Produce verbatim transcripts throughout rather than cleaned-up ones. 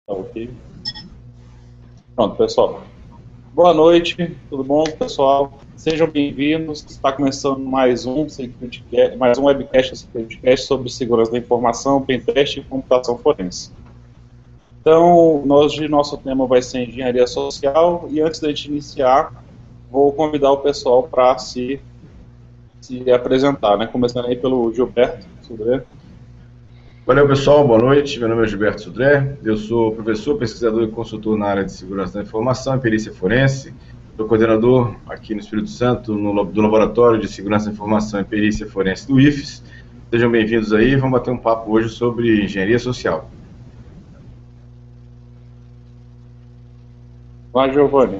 Tá ok. Pronto, pessoal. Boa noite, tudo bom, pessoal? Sejam bem-vindos. Está começando mais um, mais um webcast, webcast sobre segurança da informação, pentest e computação forense. Então, hoje nosso tema vai ser engenharia social e antes da gente iniciar, vou convidar o pessoal para se, se apresentar, né? Começando aí pelo Gilberto Sudré. Valeu, pessoal, boa noite. Meu nome é Gilberto Sudré, eu sou professor, pesquisador e consultor na área de segurança da informação e perícia forense. Sou coordenador aqui no Espírito Santo no, do Laboratório de Segurança da Informação e Perícia Forense do I F E S. Sejam bem-vindos aí, vamos bater um papo hoje sobre engenharia social. Vai, Giovanni.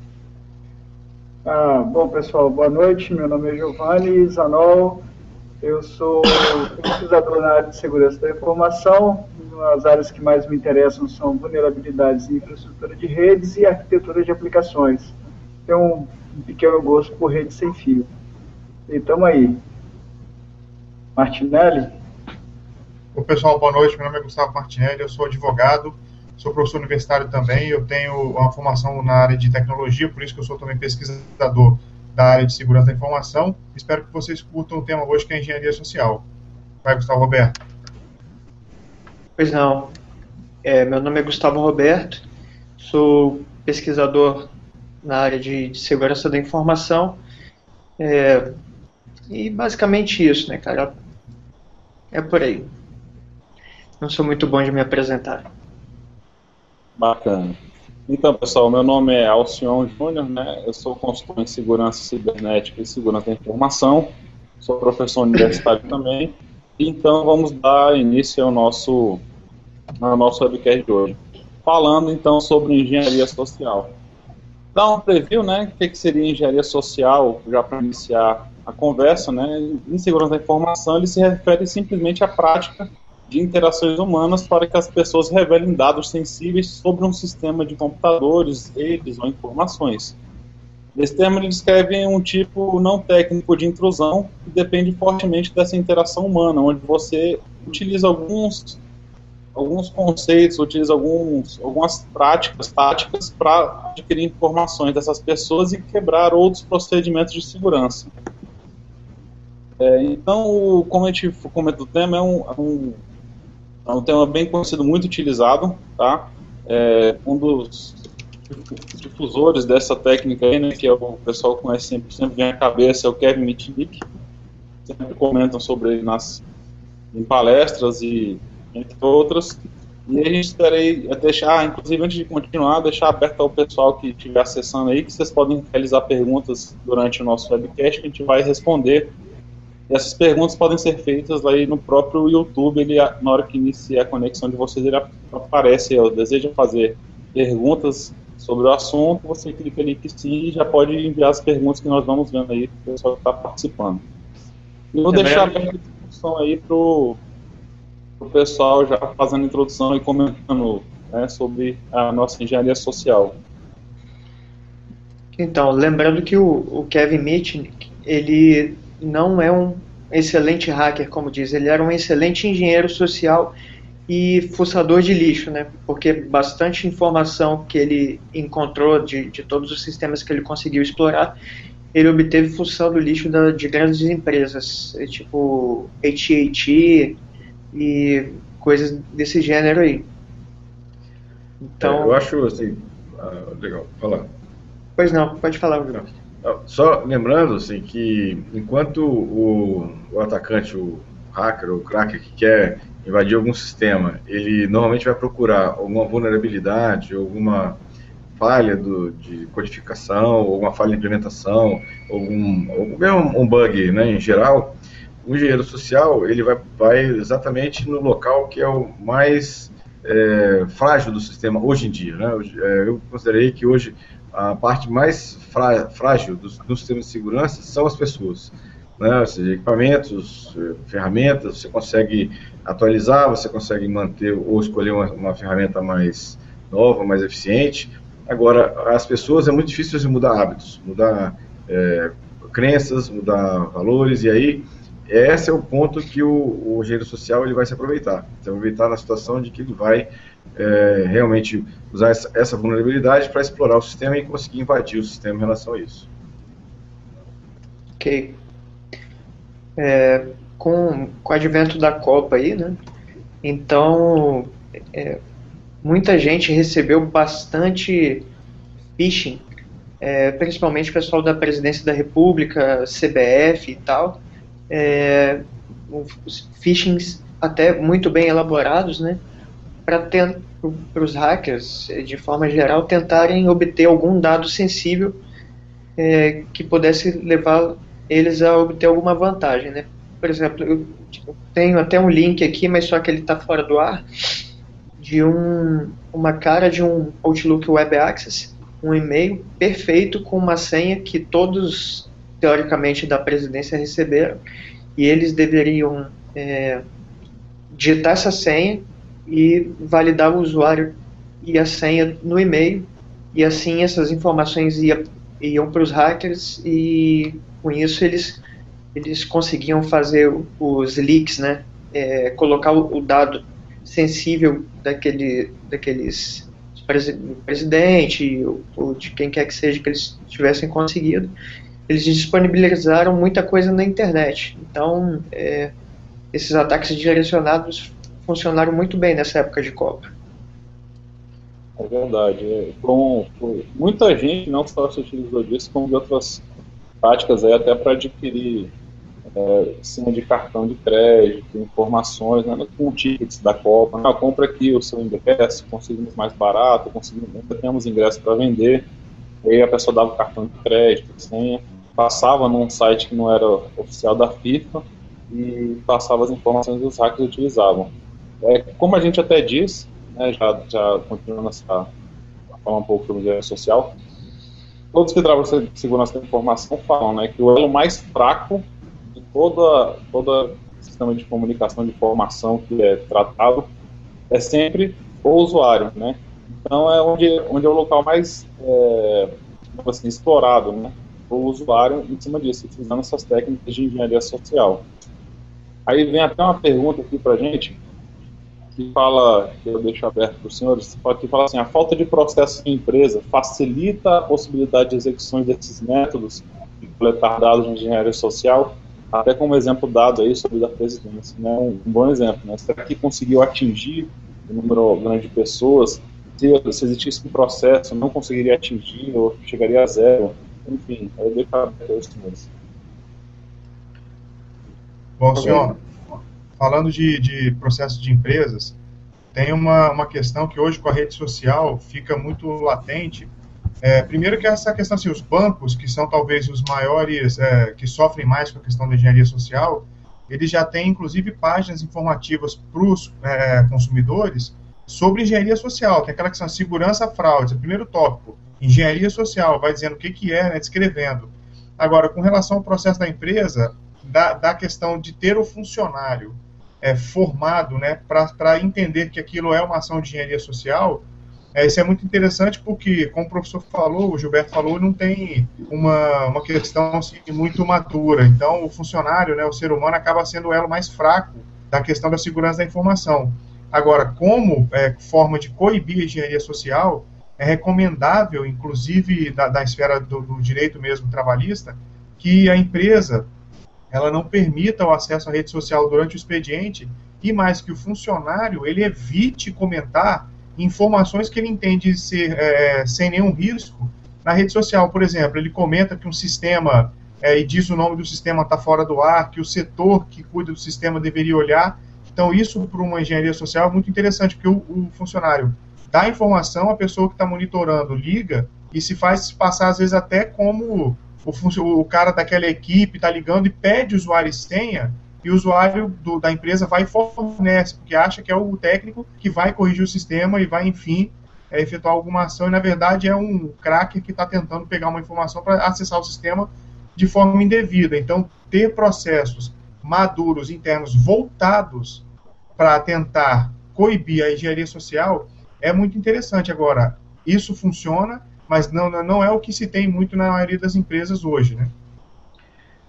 Ah, bom, pessoal, boa noite. Meu nome é Giovanni Zanol. Eu sou pesquisador na área de segurança da informação. As áreas que mais me interessam são vulnerabilidades em infraestrutura de redes e arquitetura de aplicações. Tenho um pequeno gosto por rede sem fio. E estamos aí. Martinelli? Oi, pessoal, boa noite. Meu nome é Gustavo Martinelli, eu sou advogado, sou professor universitário também. Eu tenho uma formação na área de tecnologia, por isso que eu sou também pesquisador da área de segurança da informação. Espero que vocês curtam o tema hoje, que é engenharia social. Vai, Gustavo Roberto. Pois não. É, meu nome é Gustavo Roberto, sou pesquisador na área de, de segurança da informação. É, e basicamente isso, né, cara? É por aí. Não sou muito bom de me apresentar. Bacana. Então, pessoal, meu nome é Alcion Júnior, né? Eu sou consultor em segurança cibernética e segurança da informação, sou professor universitário também, então vamos dar início ao nosso, ao nosso webcast de hoje. Falando, então, sobre engenharia social. Dá um preview, né? O que seria engenharia social, já para iniciar a conversa, né? Em segurança da informação, ele se refere simplesmente à prática de interações humanas para que as pessoas revelem dados sensíveis sobre um sistema de computadores, redes ou informações. Esse termo ele descreve um tipo não técnico de intrusão que depende fortemente dessa interação humana, onde você utiliza alguns, alguns conceitos, utiliza alguns, algumas práticas, táticas para adquirir informações dessas pessoas e quebrar outros procedimentos de segurança. É, então, como a gente comenta, o tema é um, um É um tema bem conhecido, muito utilizado, tá? É, um dos difusores dessa técnica aí, né, que é o pessoal conhece sempre, sempre vem à cabeça, é o Kevin Mitnick. Sempre comentam sobre ele nas, em palestras e entre outras. E a gente terei deixar, inclusive antes de continuar, deixar aberto ao pessoal que estiver acessando aí, que vocês podem realizar perguntas durante o nosso webcast, que a gente vai responder. E essas perguntas podem ser feitas aí no próprio YouTube, ele, na hora que inicia a conexão de vocês, ele aparece, eu desejo fazer perguntas sobre o assunto, você clica ali que sim e já pode enviar as perguntas que nós vamos vendo aí para o pessoal que está participando. E vou é deixar a introdução aí para o pessoal já fazendo a introdução e comentando, né, sobre a nossa engenharia social. Então, lembrando que o, o Kevin Mitnick, ele não é um excelente hacker, como diz, ele era um excelente engenheiro social e fuçador de lixo, né? Porque bastante informação que ele encontrou de, de todos os sistemas que ele conseguiu explorar, ele obteve fuçando lixo da, de grandes empresas, tipo A T and T e coisas desse gênero aí. Então, é, eu acho assim, ah, legal, falar. Pois não, pode falar, Bruno. Só lembrando assim, que enquanto o, o atacante, o hacker, o cracker que quer invadir algum sistema, ele normalmente vai procurar alguma vulnerabilidade, alguma falha do, de codificação, alguma falha de implementação, algum, algum um bug, né, em geral. O engenheiro social ele vai, vai exatamente no local que é o mais é, frágil do sistema hoje em dia, né? Eu considerei que hoje a parte mais frágil do, do sistema de segurança são as pessoas, né? Ou seja, equipamentos, ferramentas, você consegue atualizar, você consegue manter ou escolher uma, uma ferramenta mais nova, mais eficiente. Agora, as pessoas é muito difícil de mudar hábitos, mudar é, crenças, mudar valores, e aí esse é o ponto que o, o engenheiro social ele vai se aproveitar. Se aproveitar na situação de que ele vai é, realmente usar essa, essa vulnerabilidade para explorar o sistema e conseguir invadir o sistema em relação a isso. Ok. É, com, com o advento da Copa aí, né? Então, é, muita gente recebeu bastante phishing, é, principalmente o pessoal da Presidência da República, C B F e tal, é, os phishings até muito bem elaborados, né? Para os hackers, de forma geral, tentarem obter algum dado sensível é, que pudesse levar eles a obter alguma vantagem, né? Por exemplo, eu tenho até um link aqui, mas só que ele está fora do ar, de um, uma cara de um Outlook Web Access, um e-mail perfeito com uma senha que todos, teoricamente, da presidência receberam, e eles deveriam é, digitar essa senha e validar o usuário e a senha no e-mail, e assim essas informações ia, iam para os hackers, e com isso eles eles conseguiam fazer os leaks, né? É, colocar o, o dado sensível daquele, daqueles presi presidente ou, ou de quem quer que seja que eles tivessem conseguido. Eles disponibilizaram muita coisa na internet. Então, é, esses ataques direcionados funcionaram muito bem nessa época de Copa. É verdade. É, com, com, muita gente não só se utilizou disso, como de outras práticas aí, até para adquirir É, senha de cartão de crédito, informações, né, com tickets da Copa. Ah, compra aqui o seu ingresso, conseguimos mais barato, conseguimos, ainda temos ingresso para vender. Aí a pessoa dava o cartão de crédito, senha, passava num site que não era oficial da FIFA e passava as informações que os hackers utilizavam. É, como a gente até diz, né, já, já continuando a falar um pouco sobre engenharia social, todos que trabalham com segurança da informação falam, né, que o elo mais fraco Toda, todo sistema de comunicação, de informação que é tratado é sempre o usuário, né? Então é onde, onde é o local mais é, assim, explorado, né? O usuário em cima disso, utilizando essas técnicas de engenharia social. Aí vem até uma pergunta aqui pra gente, que fala, que eu deixo aberto para os senhores, que fala assim: a falta de processo em empresa facilita a possibilidade de execução desses métodos de coletar dados de engenharia social? Até como exemplo dado aí sobre a presidência, né? Um bom exemplo, né? Será que conseguiu atingir um número grande de pessoas? Se, se existisse um processo, não conseguiria atingir ou chegaria a zero? Enfim, eu deixo aberto os senhores. Bom, senhor, falando de, de processo de empresas, tem uma, uma questão que hoje com a rede social fica muito latente. É, primeiro que essa questão, assim, os bancos, que são talvez os maiores, é, que sofrem mais com a questão da engenharia social, eles já têm, inclusive, páginas informativas para os é, consumidores sobre engenharia social. Tem aquela questão de segurança fraude, é o primeiro tópico. Engenharia social, vai dizendo o que, que é, né, descrevendo. Agora, com relação ao processo da empresa, da, da questão de ter o funcionário é, formado, né, para entender que aquilo é uma ação de engenharia social. É, isso é muito interessante porque, como o professor falou, o Gilberto falou, não tem uma, uma questão assim, muito madura. Então, o funcionário, né, o ser humano, acaba sendo o elo mais fraco da questão da segurança da informação. Agora, como é, forma de coibir a engenharia social, é recomendável, inclusive da, da esfera do, do direito mesmo trabalhista, que a empresa ela não permita o acesso à rede social durante o expediente e, mais que o funcionário, ele evite comentar informações que ele entende ser é, sem nenhum risco na rede social. Por exemplo, ele comenta que um sistema, é, e diz o nome do sistema está fora do ar, que o setor que cuida do sistema deveria olhar. Então, isso para uma engenharia social é muito interessante, porque o, o funcionário dá a informação, a pessoa que está monitorando liga e se faz passar, às vezes, até como o, o cara daquela equipe está ligando e pede usuário e senha, e o usuário do, da empresa vai e fornece, porque acha que é o técnico que vai corrigir o sistema e vai, enfim, é, efetuar alguma ação, e na verdade é um cracker que está tentando pegar uma informação para acessar o sistema de forma indevida. Então, ter processos maduros, internos, voltados para tentar coibir a engenharia social é muito interessante. Agora, isso funciona, mas não, não é o que se tem muito na maioria das empresas hoje, né?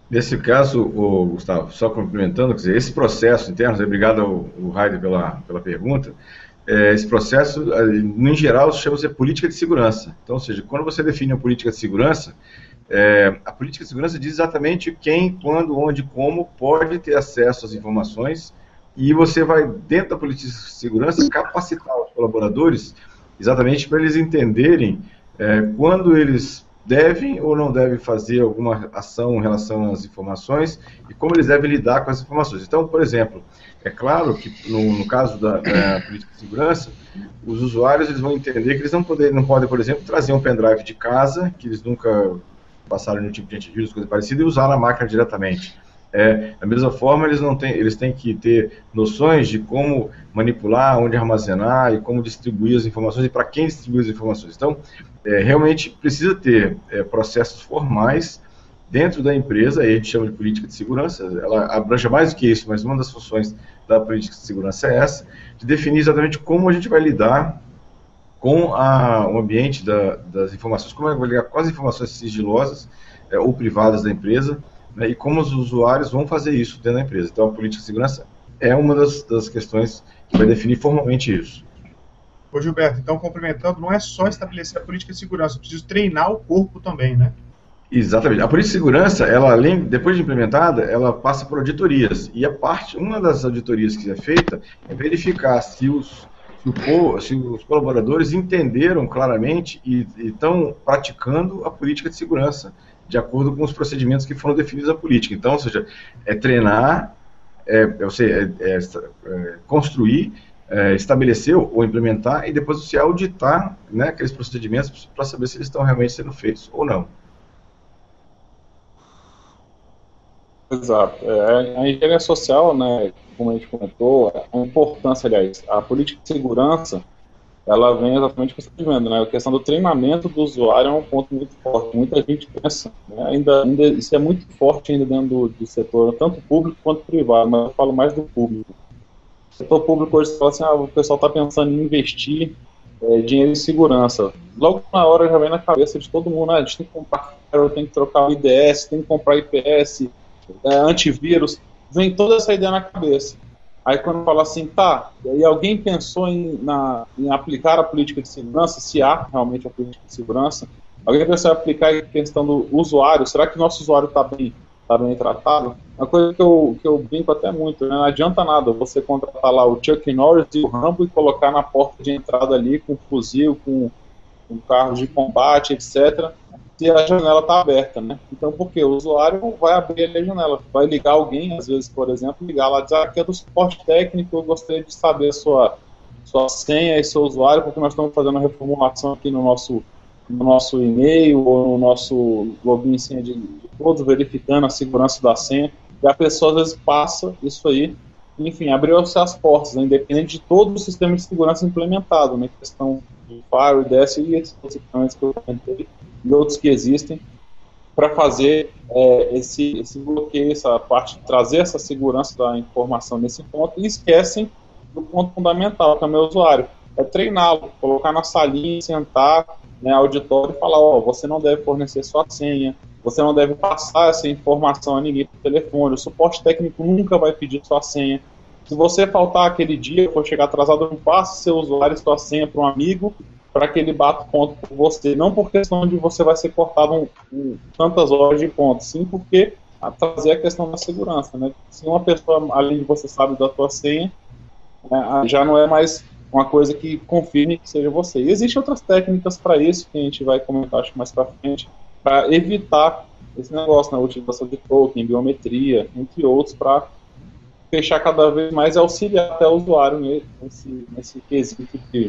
Nesse caso, o Gustavo, só complementando, quer dizer, esse processo interno, obrigado ao, ao Raider pela, pela pergunta, é, esse processo, em geral, chama-se política de segurança. Então, ou seja, quando você define uma política de segurança, é, a política de segurança diz exatamente quem, quando, onde, como pode ter acesso às informações, e você vai, dentro da política de segurança, capacitar os colaboradores exatamente para eles entenderem é, quando eles devem ou não devem fazer alguma ação em relação às informações e como eles devem lidar com as informações. Então, por exemplo, é claro que no, no caso da, da política de segurança, os usuários eles vão entender que eles não, poder, não podem, por exemplo, trazer um pendrive de casa, que eles nunca passaram nenhum tipo de antivírus, coisa parecida, e usar na máquina diretamente. É, da mesma forma, eles, não têm, eles têm que ter noções de como manipular, onde armazenar e como distribuir as informações e para quem distribuir as informações. Então, é, realmente precisa ter é, processos formais dentro da empresa, aí a gente chama de política de segurança, ela abrange mais do que isso, mas uma das funções da política de segurança é essa, de definir exatamente como a gente vai lidar com a, o ambiente da, das informações, como é que vai lidar com as informações sigilosas é, ou privadas da empresa, né, e como os usuários vão fazer isso dentro da empresa. Então, a política de segurança é uma das, das questões que vai definir formalmente isso. Ô Gilberto, então, complementando, não é só estabelecer a política de segurança, é preciso treinar o corpo também, né? Exatamente. A política de segurança, ela, além, depois de implementada, ela passa por auditorias. E a parte, uma das auditorias que é feita é verificar se os, se o, se os colaboradores entenderam claramente e estão praticando a política de segurança, de acordo com os procedimentos que foram definidos na política. Então, ou seja, é treinar, é, é, você, é, é, é construir, é, estabelecer ou implementar e depois você auditar, né, aqueles procedimentos para saber se eles estão realmente sendo feitos ou não. Exato. É, a engenharia social, né, como a gente comentou, a importância, aliás, a política de segurança, ela vem exatamente com o segmento, né? A questão do treinamento do usuário é um ponto muito forte. Muita gente pensa, né? ainda, ainda isso é muito forte ainda dentro do, do setor, tanto público quanto privado, mas eu falo mais do público. O setor público hoje fala assim, ah, o pessoal está pensando em investir é, dinheiro em segurança. Logo na hora já vem na cabeça de todo mundo, ah, a gente tem que comprar, tem que trocar o I D S, tem que comprar I P S, é, antivírus, vem toda essa ideia na cabeça. Aí quando fala assim, tá, e aí alguém pensou em, na, em aplicar a política de segurança, se há realmente a política de segurança, alguém pensou em aplicar a questão do usuário, será que o nosso usuário está bem, tá bem tratado? Uma coisa que eu, que eu brinco até muito, né? Não adianta nada você contratar lá o Chuck Norris e o Rambo e colocar na porta de entrada ali com fuzil, com, com carro de combate, etcétera, se a janela está aberta, né? Então, por quê? O usuário vai abrir ali a janela, vai ligar alguém, às vezes, por exemplo, ligar lá e dizer, ah, aqui é do suporte técnico, eu gostaria de saber a sua, sua senha e seu usuário, porque nós estamos fazendo uma reformulação aqui no nosso, no nosso e-mail ou no nosso login e senha de, de todos, verificando a segurança da senha, e a pessoa, às vezes, passa isso aí, enfim, abriu-se as portas, né? Independente de todo o sistema de segurança implementado, né? Questão de Firewall, I D S e esses equipamentos que eu comentei, e outros que existem, para fazer é, esse, esse bloqueio, essa parte, trazer essa segurança da informação nesse ponto, e esquecem do ponto fundamental, que é o meu usuário, é treiná-lo, colocar na salinha, sentar, né, auditório e falar, ó, oh, você não deve fornecer sua senha, você não deve passar essa informação a ninguém por telefone, o suporte técnico nunca vai pedir sua senha. Se você faltar aquele dia, for chegar atrasado, não passe seu usuário e sua senha para um amigo, para que ele bata ponto por você, não por questão de você vai ser cortado um, um, tantas horas de ponto, sim porque a trazer a questão da segurança, né? Se uma pessoa, além de você sabe da sua senha, né, já não é mais uma coisa que confirme que seja você. E existem outras técnicas para isso, que a gente vai comentar acho mais para frente, para evitar esse negócio, né, a utilização de token, biometria, entre outros, para fechar cada vez mais e auxiliar até o usuário nesse, nesse quesito de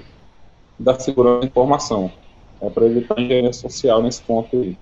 da segurança da informação, é para evitar a engenharia social nesse ponto aí.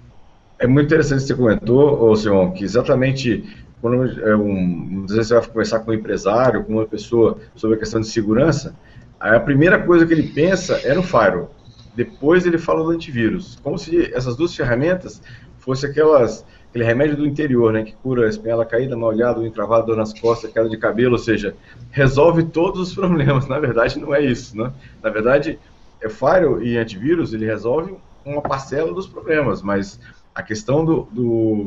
É muito interessante que você comentou, ô, Simão, que exatamente quando é um, às vezes você vai conversar com um empresário, com uma pessoa sobre a questão de segurança, a primeira coisa que ele pensa é no firewall, depois ele fala do antivírus, como se essas duas ferramentas fossem aquelas, aquele remédio do interior, né, que cura a espinhela caída, mal olhado, encravado, dor nas costas, queda de cabelo, ou seja, resolve todos os problemas. Na verdade, não é isso, né? Na verdade, é firewall e antivírus, ele resolve uma parcela dos problemas, mas a questão do, do,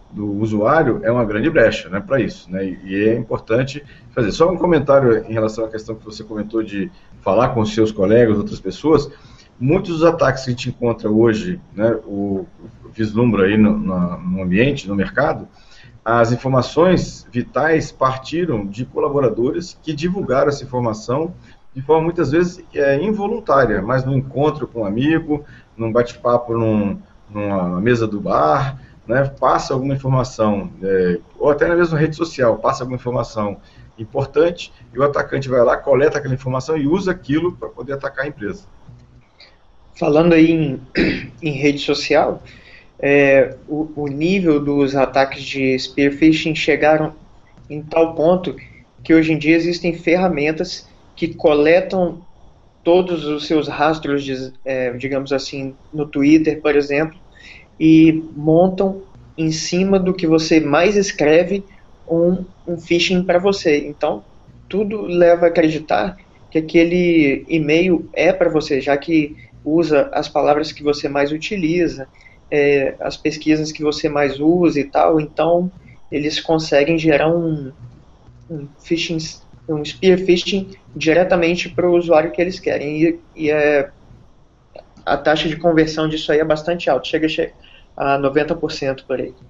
do usuário é uma grande brecha, né, para isso, né, e é importante fazer. Só um comentário em relação à questão que você comentou de falar com os seus colegas, outras pessoas. Muitos dos ataques que a gente encontra hoje, né, o, o vislumbra aí no, no, no ambiente, no mercado, as informações vitais partiram de colaboradores que divulgaram essa informação de forma muitas vezes é, involuntária, mas num encontro com um amigo, num bate-papo num, numa mesa do bar, né, passa alguma informação, é, ou até na mesma rede social, passa alguma informação importante, e o atacante vai lá, coleta aquela informação e usa aquilo para poder atacar a empresa. Falando aí em, em rede social, é, o, o nível dos ataques de spear phishing chegaram em tal ponto que hoje em dia existem ferramentas que coletam todos os seus rastros, de, é, digamos assim, no Twitter, por exemplo, e montam em cima do que você mais escreve um, um phishing para você. Então, tudo leva a acreditar que aquele e-mail é para você, já que usa as palavras que você mais utiliza, é, as pesquisas que você mais usa e tal. Então, eles conseguem gerar um, um phishing, um spear phishing diretamente para o usuário que eles querem. E, e é, a taxa de conversão disso aí é bastante alta, chega a chegar a noventa por cento por aí.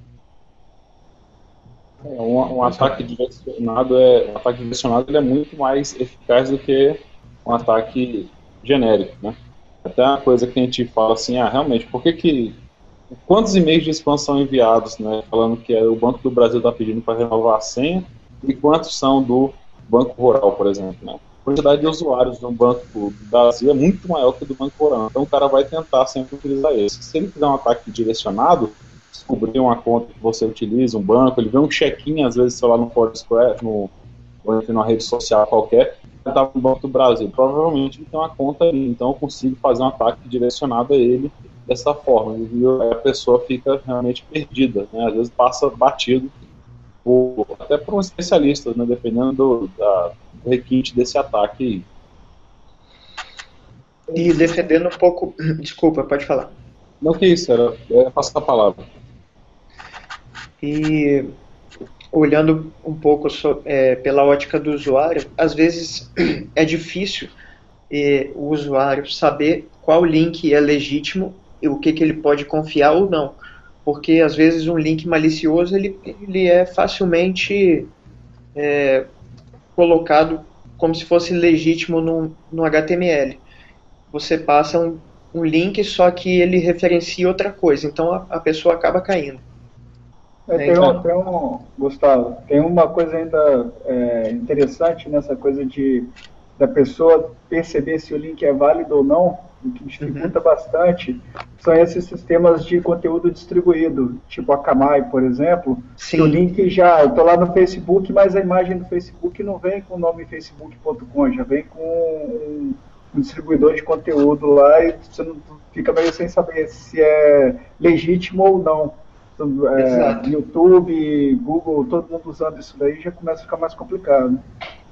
É, um, um ataque direcionado é um ataque direcionado ele é muito mais eficaz do que um ataque genérico, né? Até uma coisa que a gente fala assim, ah, realmente, por que que quantos e-mails de spam são enviados, né, falando que é, o Banco do Brasil está pedindo para renovar a senha, e quantos são do Banco Rural, por exemplo, né? A quantidade de usuários do Banco do Brasil é muito maior que do Banco Rural, então o cara vai tentar sempre utilizar esse. Se ele fizer um ataque direcionado, descobrir uma conta que você utiliza, um banco, ele vê um check-in, às vezes, sei lá, no Foursquare, no, ou enfim, numa rede social qualquer, ele estava no Banco do Brasil, provavelmente ele tem uma conta ali, então eu consigo fazer um ataque direcionado a ele dessa forma, e a pessoa fica realmente perdida, né? Às vezes passa batido, por, até por um especialista, né? Dependendo do, da, do requinte desse ataque. E defendendo um pouco... Desculpa, pode falar. Não, que isso, era, era passar a palavra. E olhando um pouco so, é, pela ótica do usuário, às vezes é difícil é, o usuário saber qual link é legítimo e o que, que ele pode confiar ou não, porque às vezes um link malicioso ele, ele é facilmente é, colocado como se fosse legítimo no, no H T M L. Você passa um, um link, só que ele referencia outra coisa, então a, a pessoa acaba caindo. É, tem, um, tem um, Gustavo, tem uma coisa ainda é, interessante nessa coisa de da pessoa perceber se o link é válido ou não, o que dificulta uhum. bastante, são esses sistemas de conteúdo distribuído, tipo a Akamai, por exemplo. Sim. O link já, eu estou lá no Facebook, mas a imagem do Facebook não vem com o nome facebook ponto com, já vem com um, um distribuidor de conteúdo lá e você não, fica meio sem saber se é legítimo ou não. É, YouTube, Google, todo mundo usando isso daí, já começa a ficar mais complicado. Né?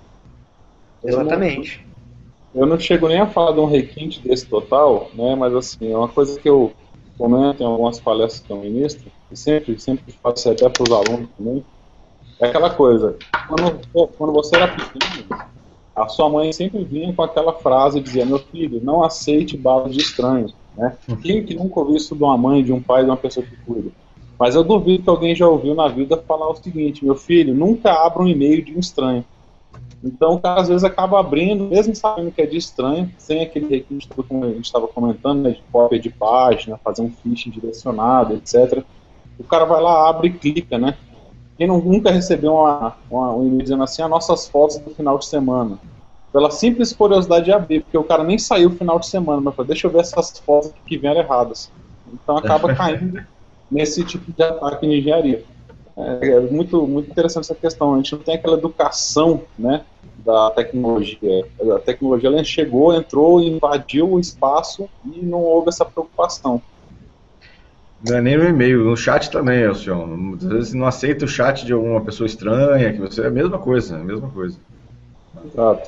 Exatamente. Eu não, eu não chego nem a falar de um requinte desse total, né, mas assim, é uma coisa que eu comento em algumas palestras que eu ministro, e sempre, sempre faço até para os alunos também, é aquela coisa, quando, quando você era pequeno, a sua mãe sempre vinha com aquela frase, dizia, meu filho, não aceite balas de estranho, né? Quem que nunca ouviu isso de uma mãe, de um pai, de uma pessoa que cuida? Mas eu duvido que alguém já ouviu na vida falar o seguinte, meu filho, nunca abra um e-mail de um estranho. Então o cara às vezes acaba abrindo, mesmo sabendo que é de estranho, sem aquele requinte que a gente estava comentando, né, de cópia de página, fazer um phishing direcionado, etcétera. O cara vai lá, abre e clica, né? Quem não, nunca recebeu uma, uma, um e-mail dizendo assim, as nossas fotos do final de semana. Pela simples curiosidade de abrir, porque o cara nem saiu no final de semana, mas falou, deixa eu ver essas fotos que vieram erradas. Então acaba caindo nesse tipo de ataque de engenharia. É, é muito, muito interessante essa questão. A gente não tem aquela educação, né, da tecnologia. A tecnologia ela chegou, entrou, invadiu o espaço e não houve essa preocupação. Não é nem no e-mail, no chat também, Alcion. Muitas vezes não aceita o chat de alguma pessoa estranha, que você é a mesma coisa, a mesma coisa. Exato.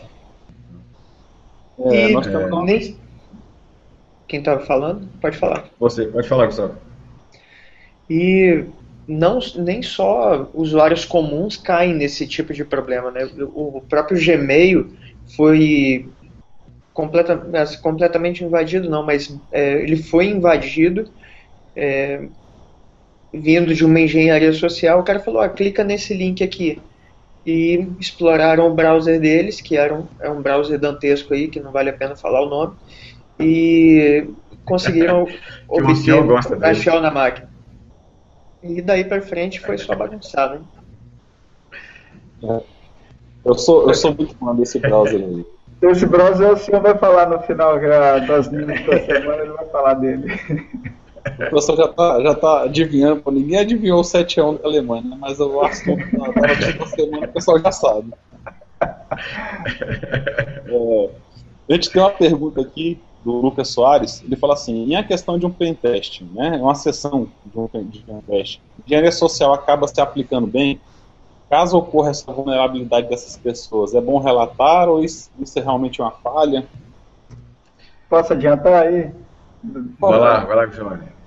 É, e nós temos... é... nem... Quem estava falando? Pode falar. Você, pode falar, Gustavo. E não, nem só usuários comuns caem nesse tipo de problema, né? O próprio Gmail foi completa, completamente invadido, não, mas é, ele foi invadido é, vindo de uma engenharia social. O cara falou, ah, clica nesse link aqui. E exploraram o browser deles, que era um, é um browser dantesco aí, que não vale a pena falar o nome, e conseguiram obter a shell na máquina. E daí pra frente foi só bagunçado, hein? É. Eu sou, eu sou muito fã desse browser aí. Esse browser o senhor vai falar no final das news da semana, ele vai falar dele. O professor já tá, já tá adivinhando, pô, ninguém adivinhou o sete a um da Alemanha, né? Mas o assunto da próxima semana o pessoal já sabe. É, a gente tem uma pergunta aqui do Lucas Soares, ele fala assim, em a questão de um pentest, né, uma sessão de um pentest, engenharia social acaba se aplicando bem? Caso ocorra essa vulnerabilidade dessas pessoas, é bom relatar ou isso, isso é realmente uma falha? Posso adiantar aí? Vai lá, vai lá, Giovanni.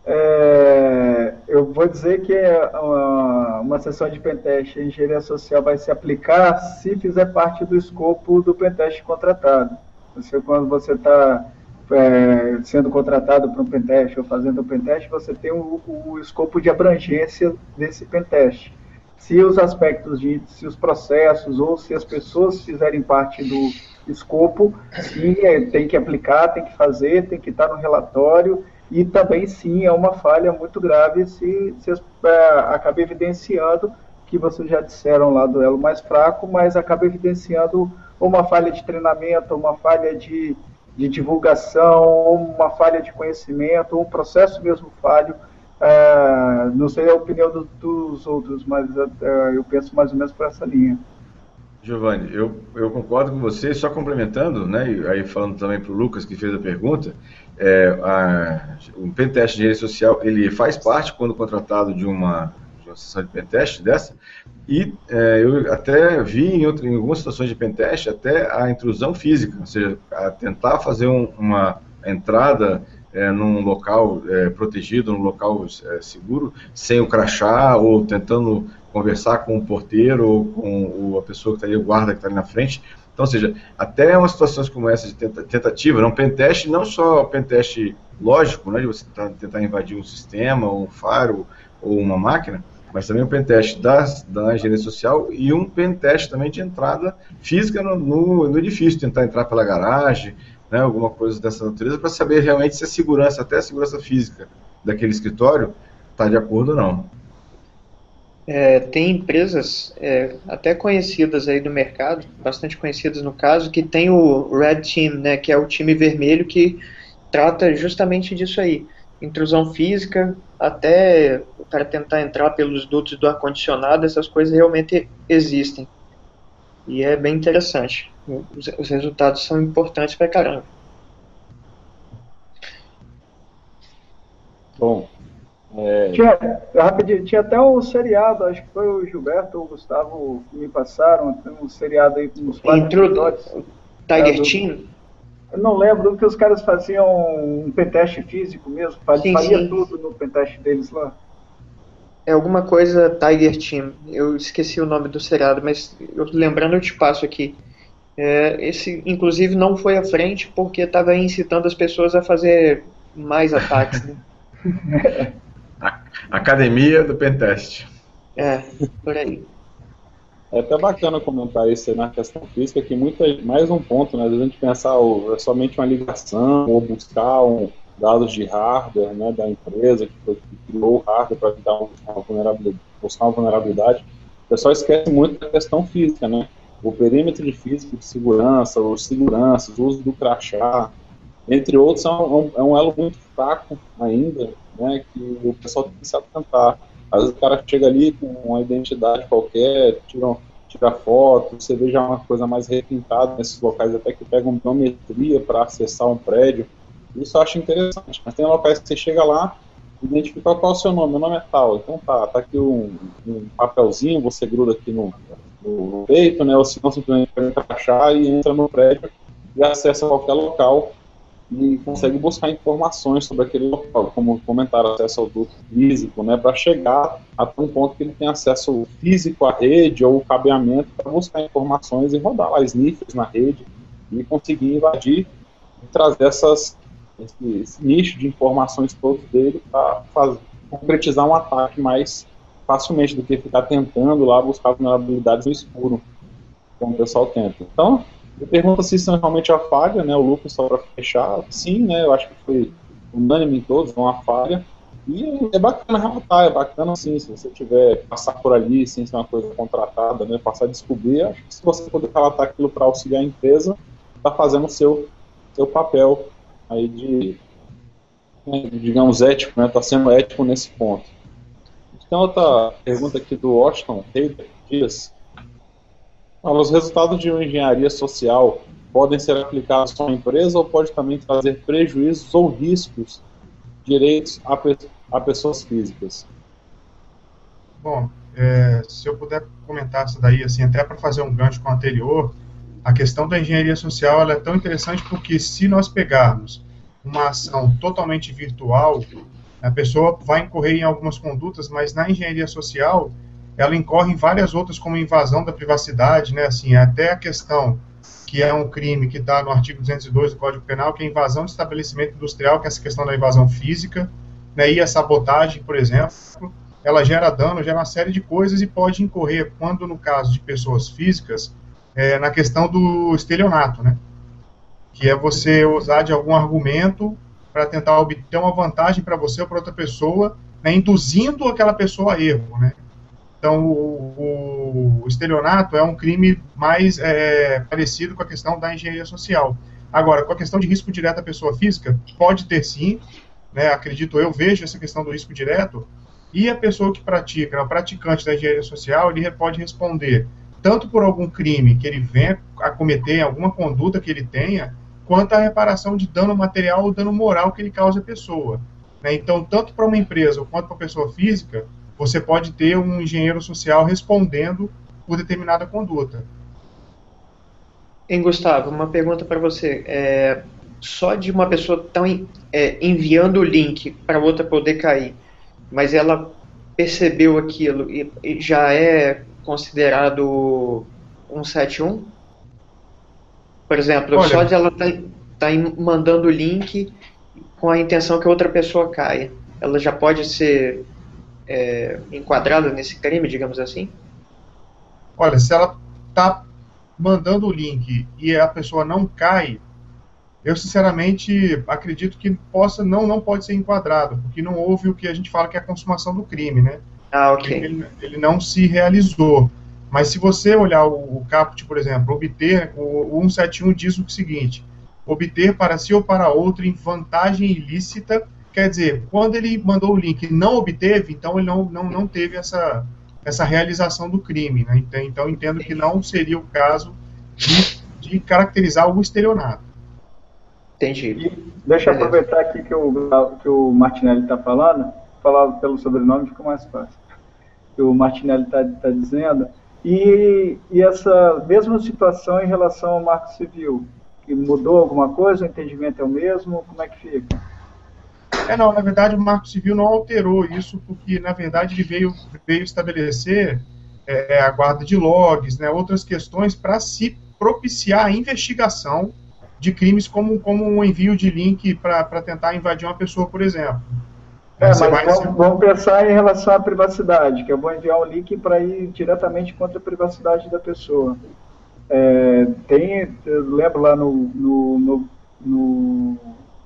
É, eu vou dizer que uma, uma sessão de pentest em engenharia social vai se aplicar se fizer parte do escopo do pentest contratado. Você, quando você está é, sendo contratado para um pentest ou fazendo um pentest, você tem o, o escopo de abrangência desse pentest. Se os aspectos, de, se os processos ou se as pessoas fizerem parte do escopo, sim, é, tem que aplicar, tem que fazer, tem que estar no relatório. E também, sim, é uma falha muito grave se, se é, acaba evidenciando, que vocês já disseram lá do elo mais fraco, mas acaba evidenciando uma falha de treinamento, uma falha de, de divulgação, uma falha de conhecimento, um processo mesmo falho. É, não sei a opinião do, dos outros, mas é, eu penso mais ou menos por essa linha. Giovanni, eu, eu concordo com você, só complementando, né, e aí falando também para o Lucas, que fez a pergunta, é, a, o pentest de engenharia social, ele faz parte, quando contratado, de uma, de uma sessão de pentest dessa, e é, eu até vi em, outra, em algumas situações de pentest até a intrusão física, ou seja, a tentar fazer um, uma entrada é, num local é, protegido, num local é, seguro, sem o crachá, ou tentando conversar com o porteiro ou com a pessoa que está ali, o guarda que está ali na frente. Então, ou seja, até umas situações como essa de tentativa, não pentest, não só pentest lógico, né, de você tentar invadir um sistema, um faro ou uma máquina, mas também um pentest da, da engenharia social e um pentest também de entrada física no, no, no edifício, tentar entrar pela garagem, né, alguma coisa dessa natureza, para saber realmente se a segurança, até a segurança física daquele escritório está de acordo ou não. É, tem empresas é, até conhecidas aí do mercado, bastante conhecidas no caso, que tem o Red Team, né, que é o time vermelho que trata justamente disso aí. Intrusão física, até o cara tentar entrar pelos dutos do ar-condicionado, essas coisas realmente existem. E é bem interessante. Os, os resultados são importantes pra caramba. Bom, É... Tinha, rapidinho, tinha até um seriado, acho que foi o Gilberto ou o Gustavo que me passaram, tem um seriado aí com uns quatro episódios. Tiger Team? Eu não lembro, que os caras faziam um pentest físico mesmo, fazia sim, sim. tudo no pentest deles lá. É alguma coisa Tiger Team, eu esqueci o nome do seriado, mas eu, lembrando eu te passo aqui. É, esse, inclusive, não foi à frente porque estava incitando as pessoas a fazer mais ataques, né? Academia do Pentest. É, por aí. É até bacana comentar isso aí na questão física, que muita, mais um ponto, né? Às vezes a gente pensar, oh, é somente uma ligação, ou buscar um, dados de hardware, né, da empresa que, foi, que criou o hardware para dar uma vulnerabilidade, buscar uma vulnerabilidade. O pessoal esquece muito da questão física, né? O perímetro de física, de segurança, os seguranças, o uso do crachá, entre outros, é um, é um elo muito fraco ainda, né, que o pessoal tem que se atentar. Às vezes o cara chega ali com uma identidade qualquer, tira, tira foto, você vê já uma coisa mais requintada nesses locais, até que pegam biometria para acessar um prédio. Isso eu acho interessante, mas tem locais que você chega lá, identifica qual é o seu nome, meu nome é tal, então tá, tá aqui um, um papelzinho, você gruda aqui no, no peito, né, ou se não simplesmente pega um crachá e entra no prédio e acessa qualquer local e consegue buscar informações sobre aquele local, como comentaram, acesso ao duto físico, né, para chegar até um ponto que ele tem acesso físico à rede ou cabeamento para buscar informações e rodar lá sniffers na rede e conseguir invadir e trazer essas, esse, esse nicho de informações todos dele para concretizar um ataque mais facilmente do que ficar tentando lá buscar vulnerabilidades no escuro, como o pessoal tenta. Então, eu pergunto se isso é realmente a falha, né, o Lucas, só para fechar, sim, né, eu acho que foi unânime em todos, uma falha, e é bacana relatar, é bacana sim, se você tiver, passar por ali, sem ser uma coisa contratada, né, passar a descobrir, acho que se você puder relatar aquilo para auxiliar a empresa, está fazendo o seu, seu papel aí de, né, digamos, ético, né, está sendo ético nesse ponto. Tem outra pergunta aqui do Washington Taylor Dias. Os resultados de uma engenharia social podem ser aplicados só à empresa ou pode também trazer prejuízos ou riscos direitos a, pe a pessoas físicas? Bom, é, se eu puder comentar isso daí, assim, até para fazer um gancho com o anterior, a questão da engenharia social ela é tão interessante porque se nós pegarmos uma ação totalmente virtual, a pessoa vai incorrer em algumas condutas, mas na engenharia social ela incorre em várias outras, como invasão da privacidade, né, assim, até a questão que é um crime que está no artigo duzentos e dois do Código Penal, que é a invasão de estabelecimento industrial, que é essa questão da invasão física, né, e a sabotagem, por exemplo, ela gera dano, gera uma série de coisas e pode incorrer, quando no caso de pessoas físicas, é, na questão do estelionato, né, que é você usar de algum argumento para tentar obter uma vantagem para você ou para outra pessoa, né, induzindo aquela pessoa a erro, né. Então, o, o estelionato é um crime mais é, parecido com a questão da engenharia social. Agora, com a questão de risco direto à pessoa física, pode ter sim, né, acredito eu, vejo essa questão do risco direto, e a pessoa que pratica, o praticante da engenharia social, ele pode responder tanto por algum crime que ele venha a cometer, alguma conduta que ele tenha, quanto a reparação de dano material ou dano moral que ele cause à pessoa. Né? Então, tanto para uma empresa quanto para a pessoa física, você pode ter um engenheiro social respondendo por determinada conduta. Hein, Gustavo, uma pergunta para você. É, só de uma pessoa tão, é, enviando o link para outra poder cair, mas ela percebeu aquilo e, e já é considerado cento e setenta e um? Por exemplo, Olha, só de ela estar tá, tá mandando o link com a intenção que outra pessoa caia, ela já pode ser É, enquadrada nesse crime, digamos assim? Olha, se ela está mandando o link e a pessoa não cai, eu sinceramente acredito que possa, não, não pode ser enquadrado, porque não houve o que a gente fala que é a consumação do crime, né? Ah, ok. Ele, ele não se realizou. Mas se você olhar o, o caput, por exemplo, obter, o, o cento e setenta e um diz o seguinte: obter para si ou para outro em vantagem ilícita. Quer dizer, quando ele mandou o link e não obteve, então ele não, não, não teve essa, essa realização do crime. Né? Então, então, entendo que não seria o caso de, de caracterizar o estelionato. Entendi. E deixa eu aproveitar aqui que o, que o Martinelli está falando, falar pelo sobrenome fica mais fácil. Que o Martinelli está tá dizendo. E, e essa mesma situação em relação ao Marco Civil, que mudou alguma coisa, o entendimento é o mesmo, como é que fica? É, não, na verdade o Marco Civil não alterou isso, porque na verdade ele veio, veio estabelecer é, a guarda de logs, né, outras questões para se propiciar a investigação de crimes como, como um envio de link para tentar invadir uma pessoa, por exemplo. É, mas vai... vamos, vamos pensar em relação à privacidade, que eu vou enviar um link para ir diretamente contra a privacidade da pessoa. É, tem, eu lembro lá no... no, no, no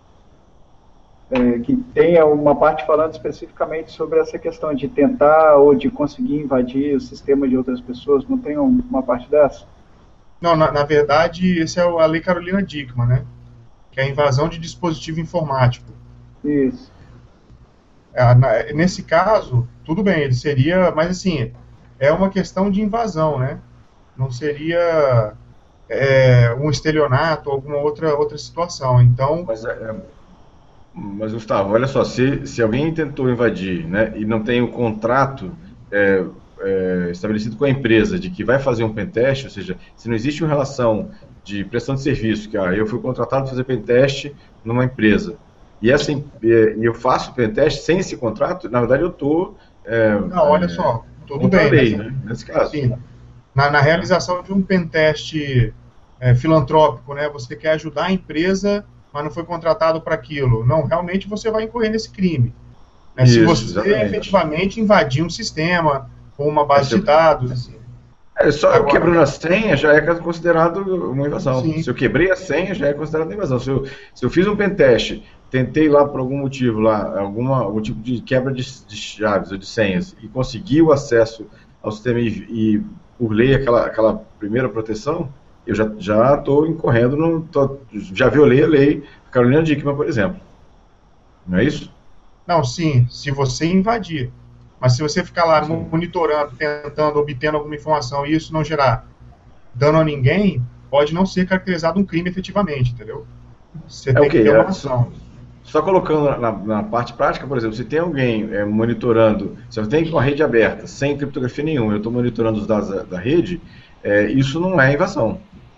É, que tenha uma parte falando especificamente sobre essa questão de tentar ou de conseguir invadir o sistema de outras pessoas, não tem uma parte dessa? Não, na, na verdade, esse é a Lei Carolina Dickmann, né? Que é a invasão de dispositivo informático. Isso. É, na, nesse caso, tudo bem, ele seria, mas assim, é uma questão de invasão, né? Não seria é, um estelionato ou alguma outra, outra situação, então... Mas é... é... Mas, Gustavo, olha só, se, se alguém tentou invadir, né, e não tem o contrato é, é, estabelecido com a empresa de que vai fazer um pentest, ou seja, se não existe uma relação de prestação de serviço, que ah, eu fui contratado para fazer pentest numa empresa, e assim, e eu faço o pentest sem esse contrato, na verdade eu estou... É, não, olha é, só, tudo bem. lei, Nessa, né, nesse caso. Sim, na, na realização de um pentest é, filantrópico, né, você quer ajudar a empresa, mas não foi contratado para aquilo. Não, realmente você vai incorrer nesse crime. Né, Isso, se você exatamente. efetivamente invadir um sistema ou uma base de dados, assim. É, só Agora, eu quebrando a senha já é considerado uma invasão. Sim. Se eu quebrei a senha, já é considerado uma invasão. Se eu, se eu fiz um pentest, tentei lá por algum motivo, lá, alguma, algum tipo de quebra de, de chaves ou de senhas, e consegui o acesso ao sistema e, e burlei aquela, aquela primeira proteção, eu já já estou incorrendo, no, tô, já violei a lei Carolina Dickmann, por exemplo. Não é isso? Não, sim, se você invadir. Mas se você ficar lá sim. monitorando, tentando, obtendo alguma informação e isso não gerar dano a ninguém, pode não ser caracterizado um crime efetivamente, entendeu? Você é tem okay, que ter uma é, ação. Só colocando na, na parte prática, por exemplo, se tem alguém é, monitorando, se eu tenho uma rede aberta, sem criptografia nenhuma, eu estou monitorando os dados da, da rede, é, isso não é invasão.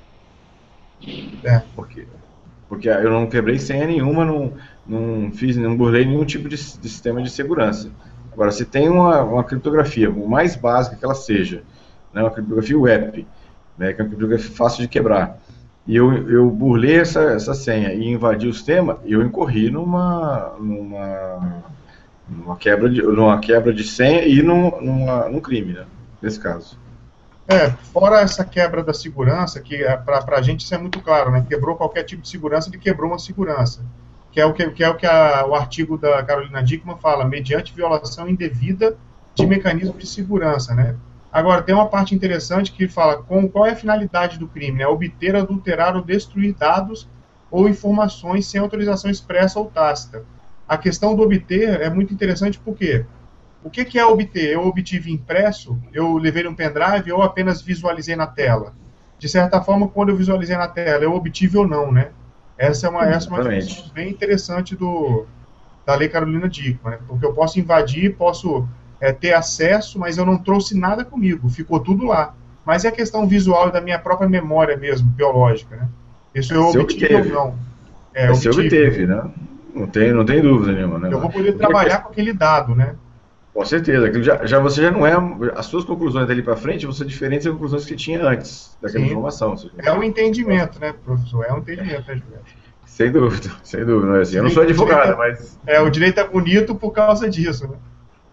É. Por quê? Porque eu não quebrei senha nenhuma, não, não fiz, não burlei nenhum tipo de, de sistema de segurança. Agora, se tem uma, uma criptografia, o mais básica que ela seja, né, uma criptografia web, né, que é uma criptografia fácil de quebrar, e eu, eu burlei essa, essa senha e invadi o sistema, eu incorri numa, numa, numa, quebra, de, numa quebra de senha e num, numa, num crime, né, nesse caso. É, fora essa quebra da segurança, que é, para a gente isso é muito claro, né, quebrou qualquer tipo de segurança, ele quebrou uma segurança. Que é o que, que, é o, que a, o artigo da Carolina Dickmann fala, mediante violação indevida de mecanismo de segurança, né? Agora, tem uma parte interessante que fala com, qual é a finalidade do crime, né? Obter, adulterar ou destruir dados ou informações sem autorização expressa ou tácita. A questão do obter é muito interessante porque o que, que é obter? Eu obtive impresso, eu levei um pendrive ou apenas visualizei na tela? De certa forma, quando eu visualizei na tela, eu obtive ou não, né? Essa é uma, essa é uma definição bem interessante do, da Lei Carolina Dickmann, né? Porque eu posso invadir, posso é, ter acesso, mas eu não trouxe nada comigo, ficou tudo lá. Mas é a questão visual da minha própria memória mesmo, biológica, né? Isso eu obtive ou não. É, Você obteve, né? Não tem, não tem dúvida nenhuma, né? Eu vou poder trabalhar com aquele dado, né? Com certeza. Aquilo já, já você já não é... As suas conclusões dali para frente vão ser diferentes das conclusões que tinha antes daquela Sim. informação. É um entendimento, né, professor? É um entendimento, né, Juliano? Sem dúvida, sem dúvida. Não é assim. Eu não sou advogado, mas... É, o direito é bonito por causa disso, né?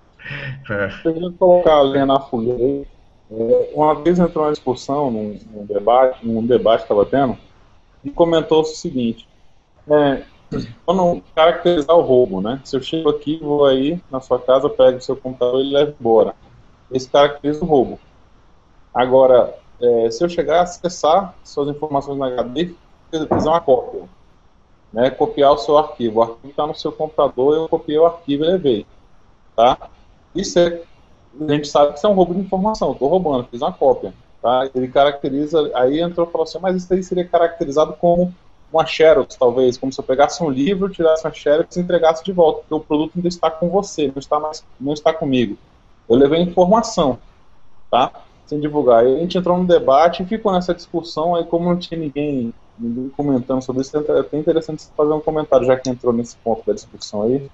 É. Eu queria colocar a linha na fogueira. Uma vez entrou uma discussão num, num debate, num debate que estava tendo, e comentou o seguinte, é, quando caracterizar o roubo, né? Se eu chego aqui, vou aí na sua casa, pego o seu computador e levo embora. Esse caracteriza o roubo. Agora, é, se eu chegar a acessar suas informações na H D, fazer uma cópia, né? Copiar o seu arquivo. O arquivo está no seu computador, eu copiei o arquivo e levei. Tá? Isso é, a gente sabe que isso é um roubo de informação. Estou roubando, fiz uma cópia. Tá? Ele caracteriza, aí entrou e falou assim, mas isso aí seria caracterizado como uma xerox, talvez, como se eu pegasse um livro, tirasse uma xerox e entregasse de volta, porque o produto ainda está com você, não está, mais, não está comigo. Eu levei informação, tá? Sem divulgar. Aí a gente entrou no debate e ficou nessa discussão, aí como não tinha ninguém, ninguém comentando sobre isso, é até interessante você fazer um comentário, já que entrou nesse ponto da discussão aí.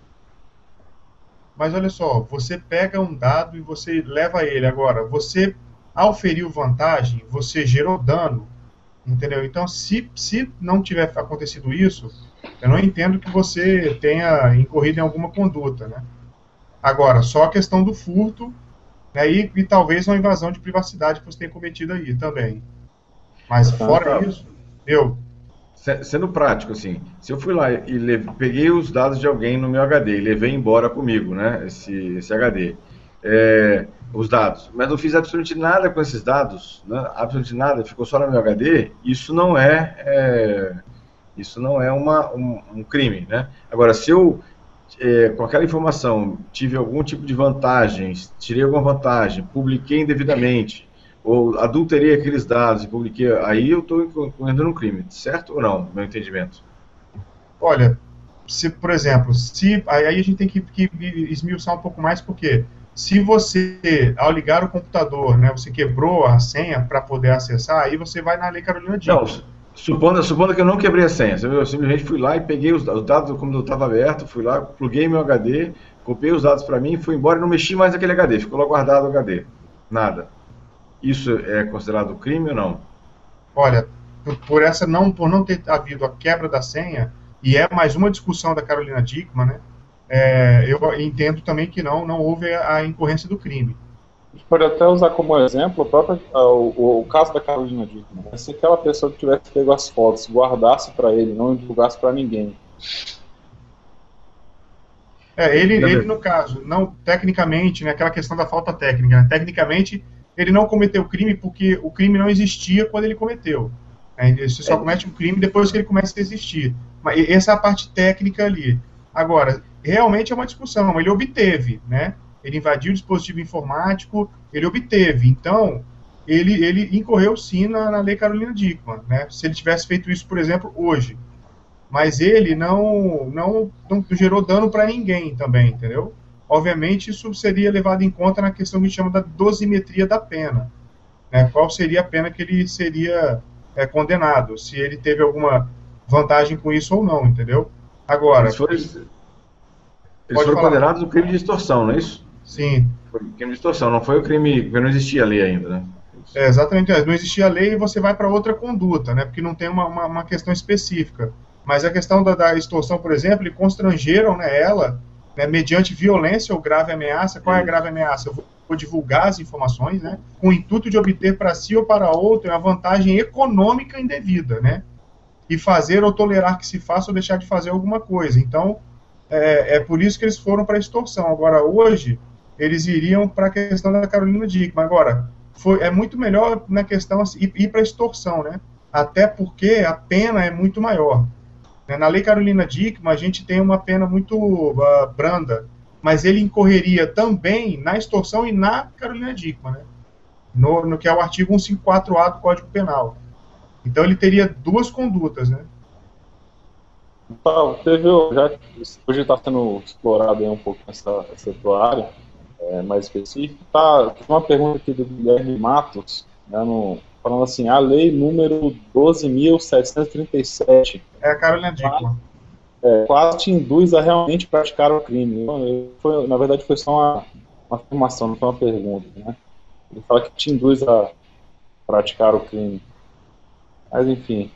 Mas olha só, você pega um dado e você leva ele. Agora, você, ao ferir vantagem, você gerou dano. Entendeu? Então, se, se não tiver acontecido isso, eu não entendo que você tenha incorrido em alguma conduta, né? Agora, só a questão do furto, né, e, e talvez uma invasão de privacidade que você tenha cometido aí também. Mas fora isso, eu... Sendo prático, assim, se eu fui lá e leve, peguei os dados de alguém no meu H D e levei embora comigo, né, esse, esse H D, é, os dados, mas não fiz absolutamente nada com esses dados, né, absolutamente nada, ficou só no meu H D, isso não é, é isso não é uma, um, um crime, né? Agora, se eu, é, com aquela informação, tive algum tipo de vantagens, tirei alguma vantagem, publiquei indevidamente, ou adulterei aqueles dados e publiquei, aí eu estou incorrendo num crime, certo ou não, meu entendimento? Olha, se, por exemplo, se, aí a gente tem que, que esmiuçar um pouco mais, porque se você, ao ligar o computador, né, você quebrou a senha para poder acessar, aí você vai na Lei Carolina Dickmann. Não, Supondo, supondo que eu não quebrei a senha, eu simplesmente fui lá e peguei os, os dados como eu estava aberto, fui lá, pluguei meu H D, copiei os dados para mim, fui embora e não mexi mais naquele H D, ficou lá guardado o H D. Nada. Isso é considerado crime ou não? Olha, por essa não, por não ter havido a quebra da senha, e é mais uma discussão da Carolina Dickmann, né? É, eu entendo também que não, não houve a incorrência do crime. A gente pode até usar como exemplo o, próprio, o, o caso da Carolina Dickmann. Se aquela pessoa que tivesse pego as fotos, guardasse para ele, não divulgasse para ninguém. É, ele, ele, no caso, não tecnicamente, né, aquela questão da falta técnica, né, tecnicamente, ele não cometeu o crime porque o crime não existia quando ele cometeu. Né, você só comete um crime depois que ele começa a existir. Mas essa é a parte técnica ali. Agora, realmente é uma discussão. Ele obteve, né? Ele invadiu o dispositivo informático, ele obteve. Então, ele, ele incorreu sim na, na lei Carolina Dickmann, né? Se ele tivesse feito isso, por exemplo, hoje. Mas ele não, não, não gerou dano para ninguém também, entendeu? Obviamente, isso seria levado em conta na questão que a gente chama da dosimetria da pena. Né? Qual seria a pena que ele seria é, condenado, se ele teve alguma vantagem com isso ou não, entendeu? Agora... Eles foram, eles foram condenados no crime de extorsão, não é isso? Sim. Foi crime de extorsão, não foi o crime, porque não existia a lei ainda, né? É, exatamente, não existia a lei e você vai para outra conduta, né? Porque não tem uma, uma, uma questão específica. Mas a questão da, da extorsão, por exemplo, eles constrangeram, né, ela, né, mediante violência ou grave ameaça. Qual é a grave ameaça? Eu vou, vou divulgar as informações, né, com o intuito de obter para si ou para outro uma vantagem econômica indevida, né? E fazer ou tolerar que se faça ou deixar de fazer alguma coisa. Então, é, é por isso que eles foram para a extorsão. Agora, hoje, eles iriam para a questão da Carolina Dickmann. Agora, foi, é muito melhor na questão assim, ir, ir para a extorsão, né? Até porque a pena é muito maior. Na lei Carolina Dickmann, a gente tem uma pena muito uh, branda, mas ele incorreria também na extorsão e na Carolina Dickmann, né? no, no que é o artigo cento e cinquenta e quatro A do Código Penal. Então ele teria duas condutas, né? Então, teve, já, hoje está sendo explorado aí um pouco essa, essa tua área, é, mais específica. Tá, tem uma pergunta aqui do Guilherme Matos, né, no, falando assim, a lei número doze mil setecentos e trinta e sete... É a Carolina Dickmann. É, quase te induz a realmente praticar o crime. Então, foi, na verdade, foi só uma, uma afirmação, não foi uma pergunta, né? Ele fala que te induz a praticar o crime. Mas, enfim,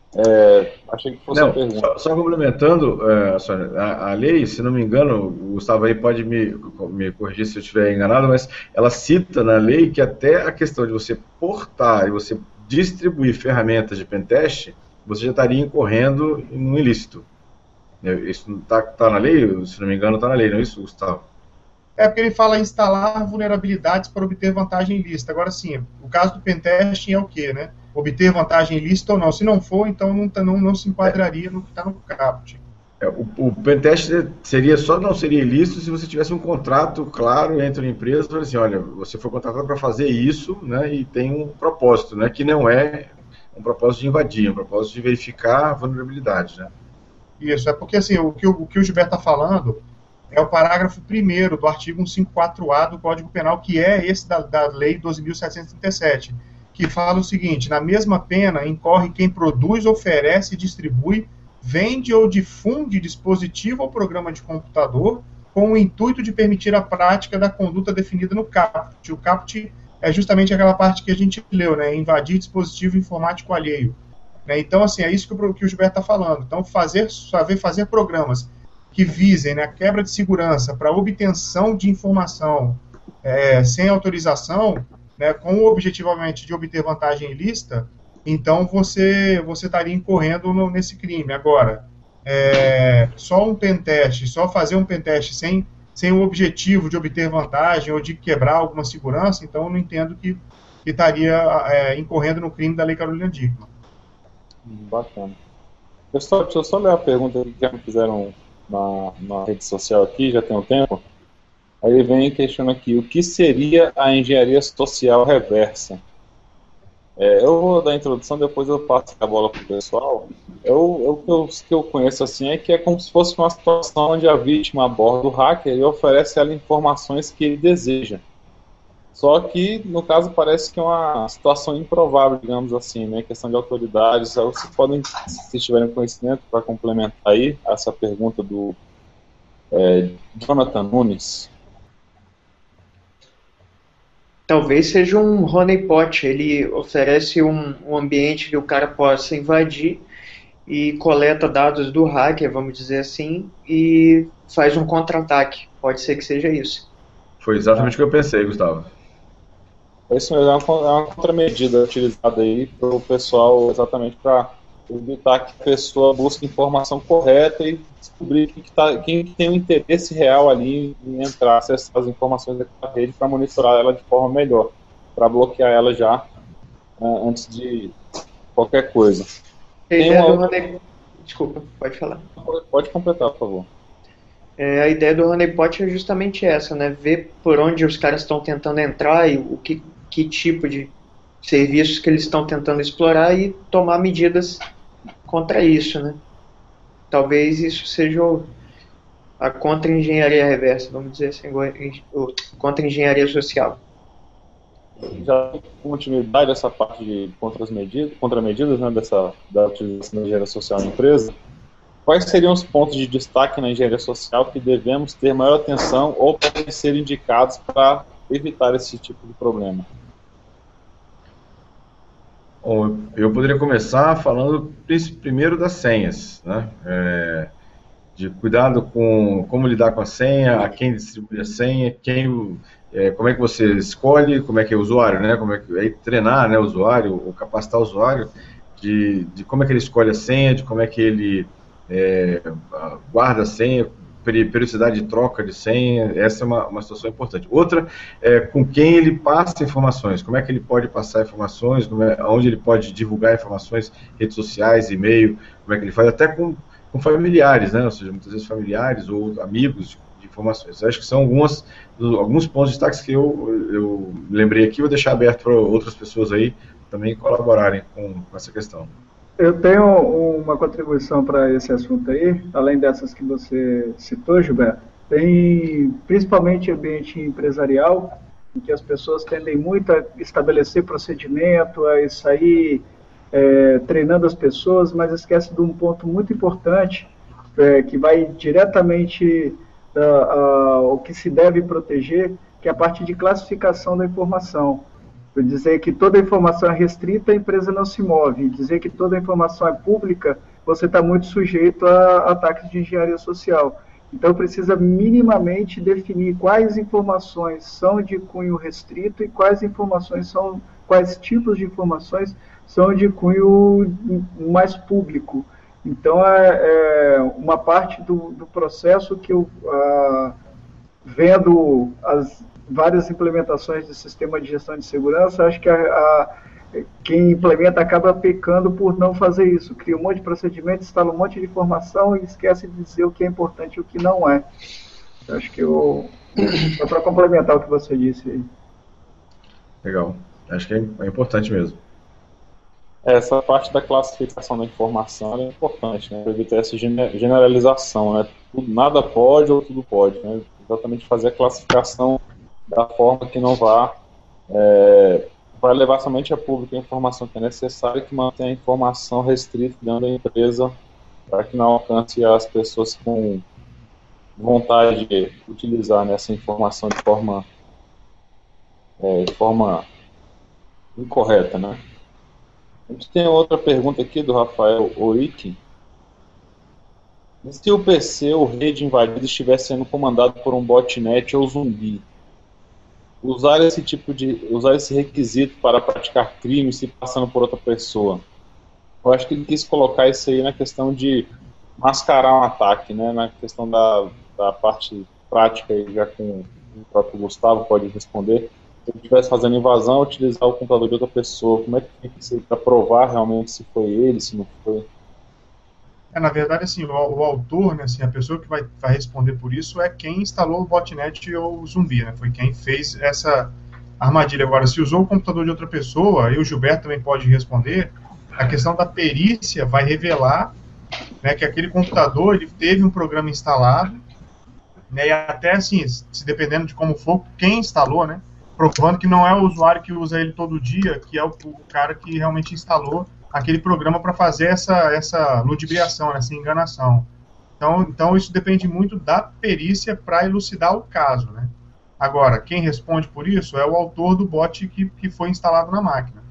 é, achei que fosse não, uma pergunta. Só, só complementando, é, a, a lei, se não me engano, o Gustavo aí pode me, me corrigir se eu estiver enganado, mas ela cita na lei que até a questão de você portar e você distribuir ferramentas de pentest, você já estaria incorrendo no ilícito. Isso está tá na lei? Se não me engano, está na lei, não é isso, Gustavo? É porque ele fala instalar vulnerabilidades para obter vantagem ilícita. Agora sim, o caso do pentesting é o quê, né? Obter vantagem ilícita ou não. Se não for, então não, não, não se enquadraria no que está no caput. É, o, o pentest seria, só não seria ilícito se você tivesse um contrato claro entre a empresa, falando assim, olha, você foi contratado para fazer isso, né, e tem um propósito, né, que não é um propósito de invadir, é um propósito de verificar a vulnerabilidade, né? Isso, é porque assim, o que o, o, que o Gilberto está falando é o parágrafo primeiro do artigo cento e cinquenta e quatro A do Código Penal, que é esse da, da Lei doze mil setecentos e trinta e sete, que fala o seguinte, na mesma pena incorre quem produz, oferece, distribui, vende ou difunde dispositivo ou programa de computador com o intuito de permitir a prática da conduta definida no caput. O caput é justamente aquela parte que a gente leu, né, invadir dispositivo informático alheio. Né, então, assim, é isso que o, que o Gilberto está falando. Então, fazer, saber fazer programas que visem, né, a quebra de segurança para obtenção de informação é, sem autorização, né, com o objetivo, obviamente, de obter vantagem ilícita, então você, você estaria incorrendo no, nesse crime. Agora, é, só um pentest, só fazer um pentest sem, sem o objetivo de obter vantagem ou de quebrar alguma segurança, então eu não entendo que, que estaria é, incorrendo no crime da Lei Carolina Dickmann. Bacana. Pessoal, deixa eu só ler a pergunta que já me fizeram na, na rede social aqui, já tem um tempo. Aí ele vem e questiona aqui, o que seria a engenharia social reversa? É, eu vou dar a introdução, depois eu passo a bola para o pessoal. Eu, eu, eu, o que eu conheço assim é que é como se fosse uma situação onde a vítima aborda o hacker e oferece a ela informações que ele deseja. Só que, no caso, parece que é uma situação improvável, digamos assim, né? Questão de autoridades. Vocês podem, se tiverem conhecimento, para complementar aí essa pergunta do é, Jonathan Nunes. Talvez seja um honeypot. Ele oferece um, um ambiente que o cara possa invadir e coleta dados do hacker, vamos dizer assim, e faz um contra-ataque. Pode ser que seja isso. Foi exatamente o que eu pensei, Gustavo. Isso mesmo, é uma, é uma contramedida utilizada aí para o pessoal, exatamente para evitar que a pessoa busque informação correta e descobrir quem, que tá, quem tem um interesse real ali em entrar, acessar as informações da rede para monitorar ela de forma melhor, para bloquear ela já uh, antes de qualquer coisa. Tem uma... do honey... Desculpa, pode falar. Pode, pode completar, por favor. É, a ideia do honeypot é justamente essa, né? Ver por onde os caras estão tentando entrar e o que, que tipo de serviços que eles estão tentando explorar e tomar medidas contra isso, né? Talvez isso seja o, a contra-engenharia reversa, vamos dizer assim, o contra-engenharia social. Já tem continuidade essa parte de contramedidas, contramedidas, né, dessa, da utilização da engenharia social na empresa. Quais seriam os pontos de destaque na engenharia social que devemos ter maior atenção ou podem ser indicados para evitar esse tipo de problema? Bom, eu poderia começar falando primeiro das senhas, né? É, de cuidado com como lidar com a senha, a quem distribui a senha, quem, é, como é que você escolhe, como é que é o usuário, né? Como é que é treinar, né, o usuário, ou capacitar o usuário de, de como é que ele escolhe a senha, de como é que ele é, guarda a senha, periodicidade de troca de senha. Essa é uma, uma situação importante. Outra é com quem ele passa informações, como é que ele pode passar informações, como é, onde ele pode divulgar informações, redes sociais, e-mail, como é que ele faz, até com, com familiares, né? Ou seja, muitas vezes familiares ou amigos de, de informações. Eu acho que são algumas, alguns pontos de destaque que eu, eu lembrei aqui, vou deixar aberto para outras pessoas aí também colaborarem com, com essa questão. Eu tenho uma contribuição para esse assunto aí, além dessas que você citou, Gilberto. Tem principalmente ambiente empresarial, em que as pessoas tendem muito a estabelecer procedimento, a sair é, treinando as pessoas, mas esquece de um ponto muito importante, é, que vai diretamente a, a, ao que se deve proteger, que é a parte de classificação da informação. Dizer que toda informação é restrita, a empresa não se move. Dizer que toda informação é pública, você está muito sujeito a ataques de engenharia social. Então, precisa minimamente definir quais informações são de cunho restrito e quais informações são, quais tipos de informações são de cunho mais público. Então, é, é uma parte do, do processo que eu, ah, vendo as várias implementações de sistema de gestão de segurança, acho que a, a, quem implementa acaba pecando por não fazer isso. Cria um monte de procedimento, instala um monte de informação e esquece de dizer o que é importante e o que não é. Acho que eu... Só para complementar o que você disse aí. Legal. Acho que é, é importante mesmo. Essa parte da classificação da informação é importante, né? Para evitar essa generalização, né? Tudo, nada pode ou tudo pode, né? Exatamente fazer a classificação da forma que não vá, é, vai levar somente a público a informação que é necessária e que mantenha a informação restrita dentro da empresa para que não alcance as pessoas com vontade de utilizar, né, essa informação de forma, é, de forma incorreta, né? A gente tem outra pergunta aqui do Rafael Oiki. Se o P C ou rede invadida estiver sendo comandado por um botnet ou zumbi, usar esse tipo de, usar esse requisito para praticar crime se passando por outra pessoa. Eu acho que ele quis colocar isso aí na questão de mascarar um ataque, né? Na questão da, da parte prática, e já com o próprio Gustavo pode responder. Se ele estivesse fazendo invasão, utilizar o computador de outra pessoa, como é que tem que ser para provar realmente se foi ele, se não foi? É, na verdade, assim, o, o autor, né, assim, a pessoa que vai, vai responder por isso é quem instalou o botnet ou o zumbi, né, foi quem fez essa armadilha. Agora, se usou o computador de outra pessoa, e o Gilberto também pode responder, a questão da perícia vai revelar, né, que aquele computador ele teve um programa instalado, né, e até assim, se dependendo de como for, quem instalou, né, provando que não é o usuário que usa ele todo dia, que é o, o cara que realmente instalou aquele programa para fazer essa, essa ludibriação, essa enganação. Então, então isso depende muito da perícia para elucidar o caso, né? Agora, quem responde por isso é o autor do bot que, que foi instalado na máquina.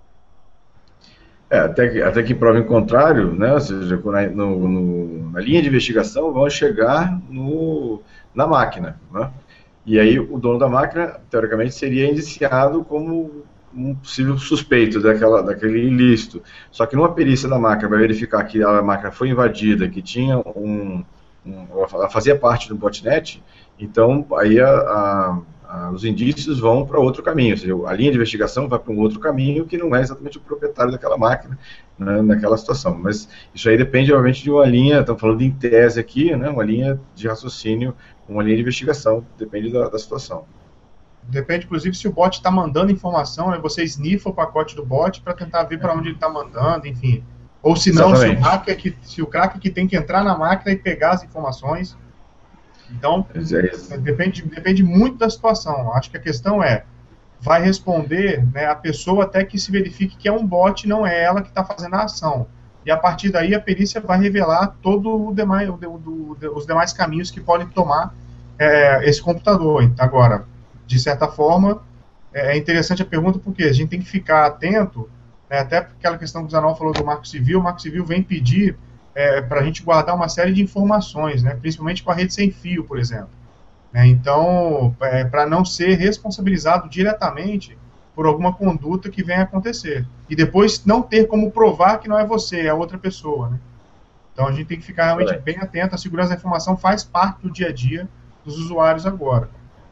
É, até que, até que prova em contrário, né, ou seja, na, no, no, na linha de investigação vão chegar no, na máquina, né? E aí o dono da máquina, teoricamente, seria indiciado como um possível suspeito daquela, daquele ilícito. Só que numa perícia da máquina vai verificar que a máquina foi invadida, que tinha um, um ela fazia parte do botnet, então aí a, a, a, os indícios vão para outro caminho, ou seja, a linha de investigação vai para um outro caminho que não é exatamente o proprietário daquela máquina, né, naquela situação. Mas isso aí depende, obviamente, de uma linha, estamos falando em tese aqui, né, uma linha de raciocínio, uma linha de investigação, depende da, da situação. Depende, inclusive, se o bot está mandando informação, né, você sniffa o pacote do bot para tentar ver para onde ele está mandando, enfim. Ou se não, se o, hacker que, se o cracker que tem que entrar na máquina e pegar as informações. Então, é depende, depende muito da situação. Acho que a questão é, vai responder, né, a pessoa até que se verifique que é um bot, não é ela que está fazendo a ação. E a partir daí a perícia vai revelar todo o demais, o, do, do, os demais caminhos que pode tomar é, esse computador. Agora, de certa forma, é interessante a pergunta porque a gente tem que ficar atento, né, até aquela questão que o Zanon falou do Marco Civil. O Marco Civil vem pedir é, para a gente guardar uma série de informações, né, principalmente com a rede sem fio, por exemplo. Né, então, é, para não ser responsabilizado diretamente por alguma conduta que venha a acontecer. E depois não ter como provar que não é você, é outra pessoa. Né? Então a gente tem que ficar realmente é. bem atento. A segurança da informação faz parte do dia a dia dos usuários agora.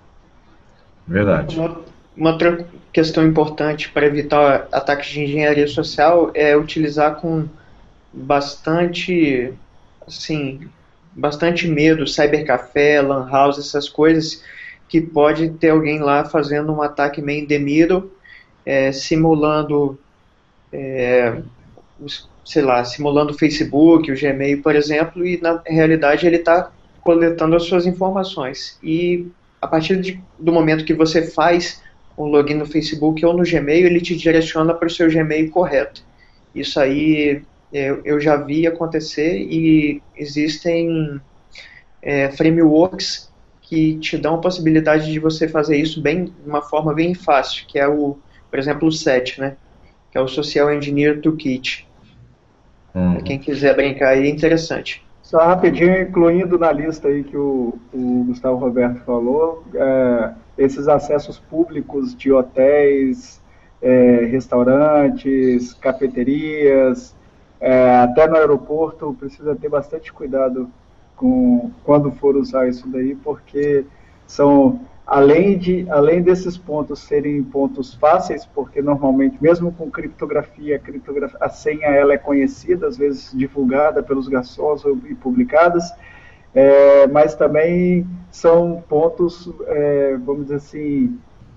Verdade. Uma, uma outra questão importante para evitar ataques de engenharia social é utilizar com bastante, assim, bastante medo, cybercafé, lan house, essas coisas, que pode ter alguém lá fazendo um ataque man in the middle, é, simulando, é, os, sei lá, simulando o Facebook, o Gmail, por exemplo, e na realidade ele está coletando as suas informações. E a partir de, do momento que você faz um login no Facebook ou no Gmail, ele te direciona para o seu Gmail correto. Isso aí eu, eu já vi acontecer e existem é, frameworks que te dão a possibilidade de você fazer isso bem, de uma forma bem fácil, que é o, por exemplo, o S E T, né? Que é o Social Engineer Toolkit. Uhum. Para quem quiser brincar aí, é interessante. Só rapidinho, incluindo na lista aí que o, o Gustavo Roberto falou, é, esses acessos públicos de hotéis, é, restaurantes, cafeterias, é, até no aeroporto, precisa ter bastante cuidado com, quando for usar isso daí, porque são, além, de, além desses pontos serem pontos fáceis, porque normalmente, mesmo com criptografia, a, criptografia, a senha ela é conhecida, às vezes divulgada pelos garçons e publicadas, é, mas também são pontos, é, vamos dizer assim,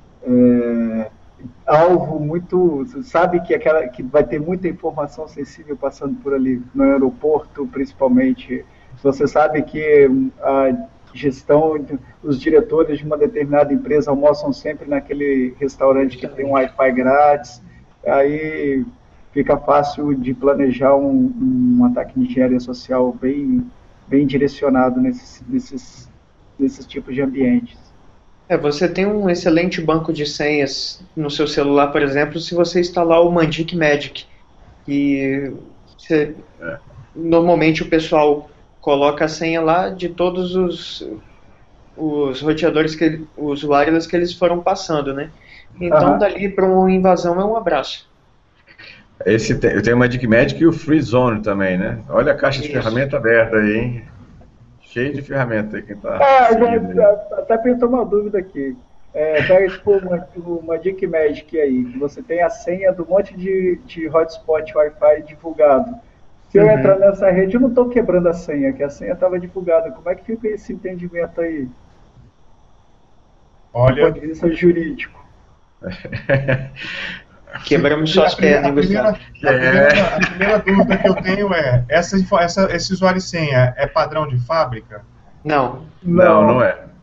é, alvo muito, sabe que, aquela, que vai ter muita informação sensível passando por ali, no aeroporto principalmente. Você sabe que a gestão, os diretores de uma determinada empresa almoçam sempre naquele restaurante que tem um Wi-Fi grátis, aí fica fácil de planejar um, um ataque de engenharia social bem, bem direcionado nesses, nesses, nesses tipos de ambientes. É, você tem um excelente banco de senhas no seu celular, por exemplo, se você instalar o Mandic Magic, que você, é. normalmente o pessoal coloca a senha lá de todos os, os roteadores, que, os wireless que eles foram passando, né? Então, uhum. dali para uma invasão é um abraço. Esse tem, eu tenho o Magic Magic e o Free Zone também, né? Olha a caixa Isso. de ferramenta aberta aí, hein? Cheio de ferramenta aí, quem tá... Ah, já, até pintou uma dúvida aqui. É, pega tipo o Magic Magic aí, que você tem a senha do monte de, de hotspot Wi-Fi divulgado. Se eu uhum. entrar nessa rede, eu não estou quebrando a senha, que a senha estava divulgada. Como é que fica esse entendimento aí? Olha... Do ponto de vista jurídico. Quebramos suas pernas, Gustavo. A, primeira, a primeira dúvida que eu tenho é, essa, essa, esse usuário e senha é padrão de fábrica? Não. Não, não é.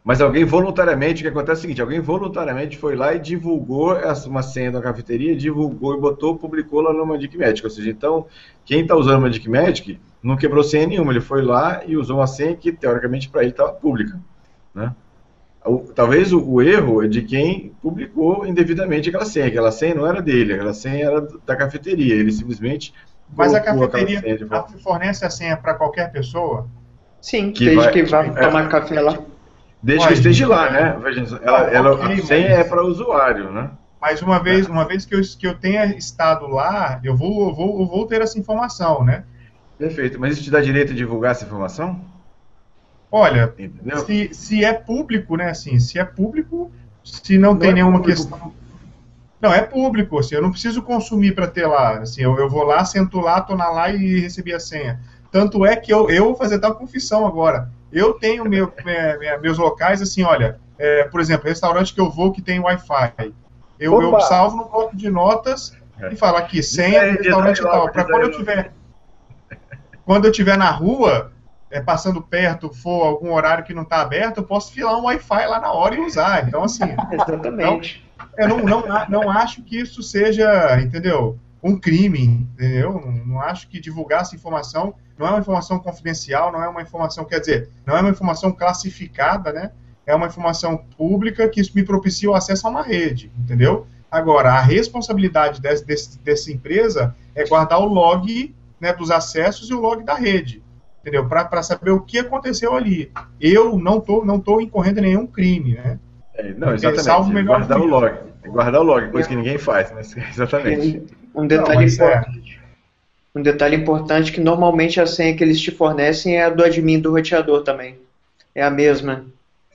Mas alguém voluntariamente, o que acontece é o seguinte, alguém voluntariamente foi lá e divulgou essa, uma senha da cafeteria, divulgou e botou, publicou lá no Magic Magic. Ou seja, então, quem está usando o Magic Magic não quebrou senha nenhuma, ele foi lá e usou uma senha que, teoricamente, para ele estava pública, né? O, talvez o, o erro é de quem publicou indevidamente aquela senha. Aquela senha não era dele, aquela senha era da cafeteria. Ele simplesmente... Mas a cafeteria fornece a senha para qualquer pessoa? Sim, que desde vai, que vá é, tomar café lá. Desde que esteja lá, né? Veja, ela, ela, okay, a senha mas... é para o usuário, né? Mas uma vez, uma vez que, eu, que eu tenha estado lá, eu vou, eu vou, eu vou ter essa informação, né? Perfeito. Mas isso te dá direito a divulgar essa informação? Olha, se, se é público, né? Assim, se é público, se não, não tem é nenhuma público. questão... Não, é público, assim, eu não preciso consumir para ter lá. Assim, eu, eu vou lá, sento lá, tô na lá e recebi a senha. Tanto é que eu, eu vou fazer tal confissão agora. Eu tenho meu, minha, meus locais, assim, olha, é, por exemplo, restaurante que eu vou que tem Wi-Fi. Eu, eu salvo no bloco de notas e falo aqui, senha, é, restaurante e tal. Para quando eu tiver, quando eu tiver na rua, é, passando perto, for algum horário que não está aberto, eu posso filar um Wi-Fi lá na hora e usar. Então, assim... Exatamente. Então, eu não, não, não acho que isso seja, entendeu, um crime, entendeu? Não, não acho que divulgar essa informação não é uma informação confidencial, não é uma informação, quer dizer, não é uma informação classificada, né? É uma informação pública que isso me propicia o acesso a uma rede, entendeu? Agora, a responsabilidade desse, desse, dessa empresa é guardar o log, né, dos acessos e o log da rede, entendeu? Para saber o que aconteceu ali. Eu não tô, não tô incorrendo em nenhum crime, né? É, não, exatamente. Salvo melhor guardar o log. Guardar o log, coisa que ninguém faz, mas exatamente. Um detalhe não, importante. É. Um detalhe importante que normalmente a senha que eles te fornecem é a do admin do roteador também. É a mesma.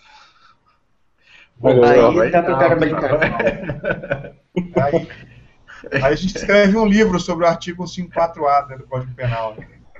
Bom, aí aí dá para o cara brincar. Aí, aí a gente escreve um livro sobre o artigo cinquenta e quatro A, né, do Código Penal.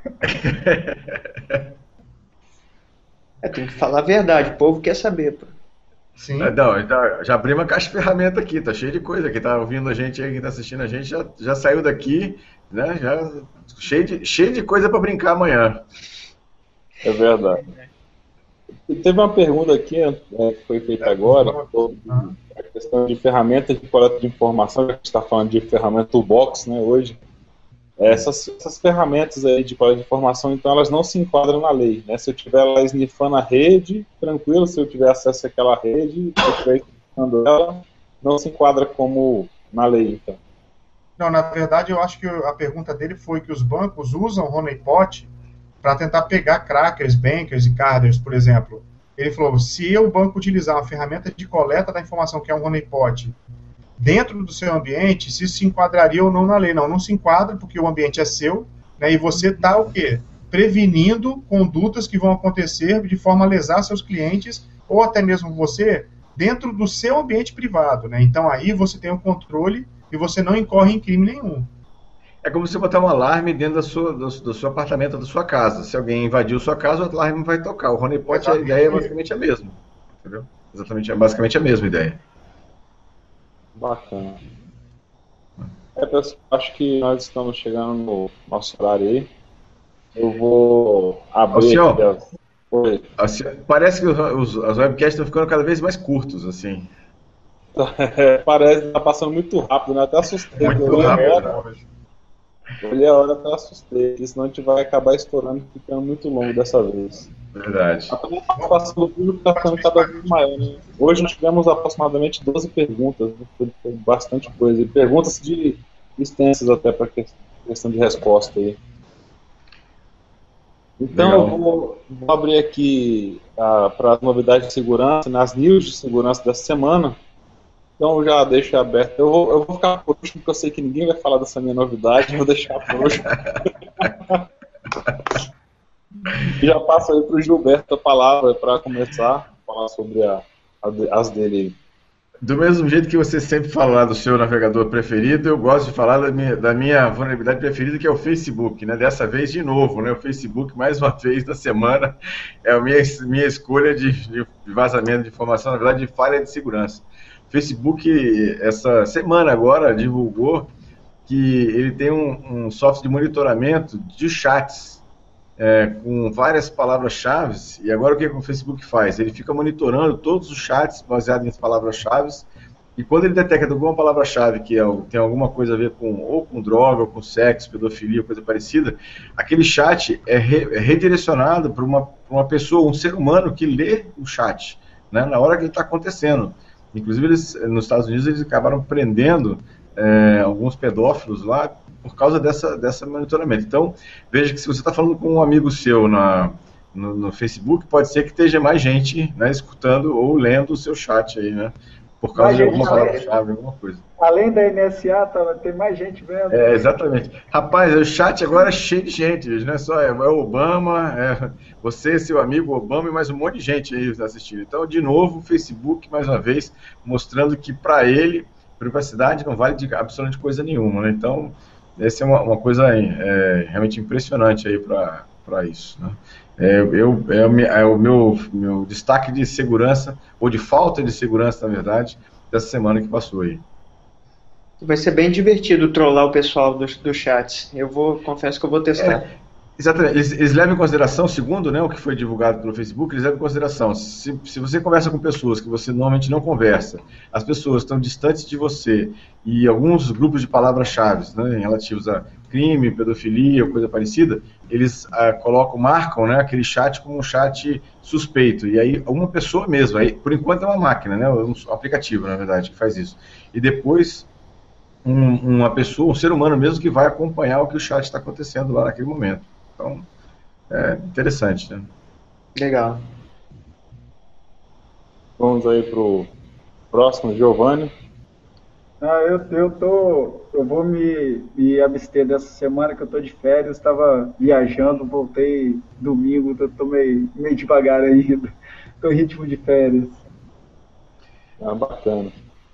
É, tem que falar a verdade, o povo quer saber, pô. Sim. Não, já, já abri uma caixa de ferramenta aqui, tá cheio de coisa. Quem tá ouvindo a gente aí, quem tá assistindo a gente, já, já saiu daqui, né? Já cheio de, cheio de coisa para brincar amanhã. É verdade. E teve uma pergunta aqui, é, que foi feita agora, sobre a questão de ferramentas de coleta de informação, a gente está falando de ferramenta toolbox, né, hoje. Essas, essas ferramentas aí de coleta de informação, então, elas não se enquadram na lei, né? Se eu estiver lá sniffando a rede, tranquilo, se eu tiver acesso àquela rede, se eu estiver sniffando ela, não se enquadra como na lei, então. Não, na verdade, eu acho que a pergunta dele foi que os bancos usam o honeypot para tentar pegar crackers, bankers e carders, por exemplo. Ele falou, se o banco utilizar uma ferramenta de coleta da informação, que é um honeypot, dentro do seu ambiente, se isso se enquadraria ou não na lei. Não, não se enquadra, porque o ambiente é seu, né, e você está o quê? Prevenindo condutas que vão acontecer de forma a lesar seus clientes, ou até mesmo você, dentro do seu ambiente privado, né? Então aí você tem o controle e você não incorre em crime nenhum. É como se botar um alarme dentro da sua, do, do seu apartamento, da sua casa. Se alguém invadiu sua casa, o alarme vai tocar. O honeypot, a ideia é basicamente a mesma. Entendeu? Exatamente, é basicamente a mesma ideia. Bacana. É, pessoal, acho que nós estamos chegando no nosso horário aí. Eu vou abrir aqui as... Oi. Assim, parece que os, os, as webcasts estão ficando cada vez mais curtos, assim. É, parece que está passando muito rápido, né? Até assustei. Muito rápido. Olhei a hora, até assustei, porque senão a gente vai acabar estourando e ficando muito longo dessa vez. Verdade. A participação do público está ficando cada vez maior, né? Hoje nós tivemos aproximadamente doze perguntas, né? Foi, foi bastante coisa. E perguntas de extensas até para questão de resposta aí. Então Legal. eu vou, vou abrir aqui ah, para as novidades de segurança, nas news de segurança dessa semana. Então já deixo aberto. Eu vou, eu vou ficar por último, porque eu sei que ninguém vai falar dessa minha novidade, eu vou deixar por último. Já passo aí para o Gilberto a palavra para começar a falar sobre a, a, as dele. Do mesmo jeito que você sempre fala do seu navegador preferido, eu gosto de falar da minha, da minha vulnerabilidade preferida, que é o Facebook, né? Dessa vez de novo, né? O Facebook, mais uma vez na semana, é a minha, minha escolha de, de vazamento de informação, na verdade, de falha de segurança. O Facebook, essa semana agora, divulgou que ele tem um, um software de monitoramento de chats, é, com várias palavras-chave, e agora o que, que o Facebook faz? Ele fica monitorando todos os chats baseados em palavras-chave, e quando ele detecta alguma palavra-chave que é, tem alguma coisa a ver com, ou com droga, ou com sexo, pedofilia, coisa parecida, aquele chat é, re, é redirecionado para uma, uma pessoa, um ser humano que lê o chat, né, na hora que ele está acontecendo. Inclusive, eles, nos Estados Unidos, eles acabaram prendendo é, alguns pedófilos lá por causa dessa, dessa monitoramento. Então, veja que se você está falando com um amigo seu na, no, no Facebook, pode ser que esteja mais gente, né, escutando ou lendo o seu chat aí, né? Por causa mais de alguma gente, palavra-chave, alguma coisa. Além da N S A, tá, tem mais gente vendo. É, exatamente. Rapaz, o chat agora é cheio de gente, não é só é, é o Obama, é você, seu amigo Obama e mais um monte de gente aí assistindo. Então, de novo, o Facebook, mais uma vez, mostrando que para ele, privacidade não vale de absolutamente coisa nenhuma, né? Então, essa é uma, uma coisa é, realmente impressionante aí para isso, né? É, eu, é, é o meu, meu destaque de segurança, ou de falta de segurança, na verdade, dessa semana que passou aí. Vai ser bem divertido trollar o pessoal dos do chats. Eu vou, confesso que eu vou testar. É, exatamente. Eles, eles levam em consideração, segundo, né, o que foi divulgado pelo Facebook, eles levam em consideração, se, se você conversa com pessoas que você normalmente não conversa, as pessoas estão distantes de você, e alguns grupos de palavras-chave, né, relativos a crime, pedofilia, ou coisa parecida, eles ah, colocam, marcam, né, aquele chat como um chat suspeito, e aí uma pessoa mesmo, aí, por enquanto é uma máquina, né, um aplicativo, na verdade, que faz isso. E depois um, uma pessoa, um ser humano mesmo, que vai acompanhar o que o chat está acontecendo lá naquele momento. Então, é interessante, né? Legal. Vamos aí para o próximo, Giovanni. Ah, eu, eu, tô, eu vou me, me abster dessa semana que eu tô de férias, estava viajando, voltei domingo, eu tô meio, meio devagar ainda, tô em ritmo de férias. Ah, bacana.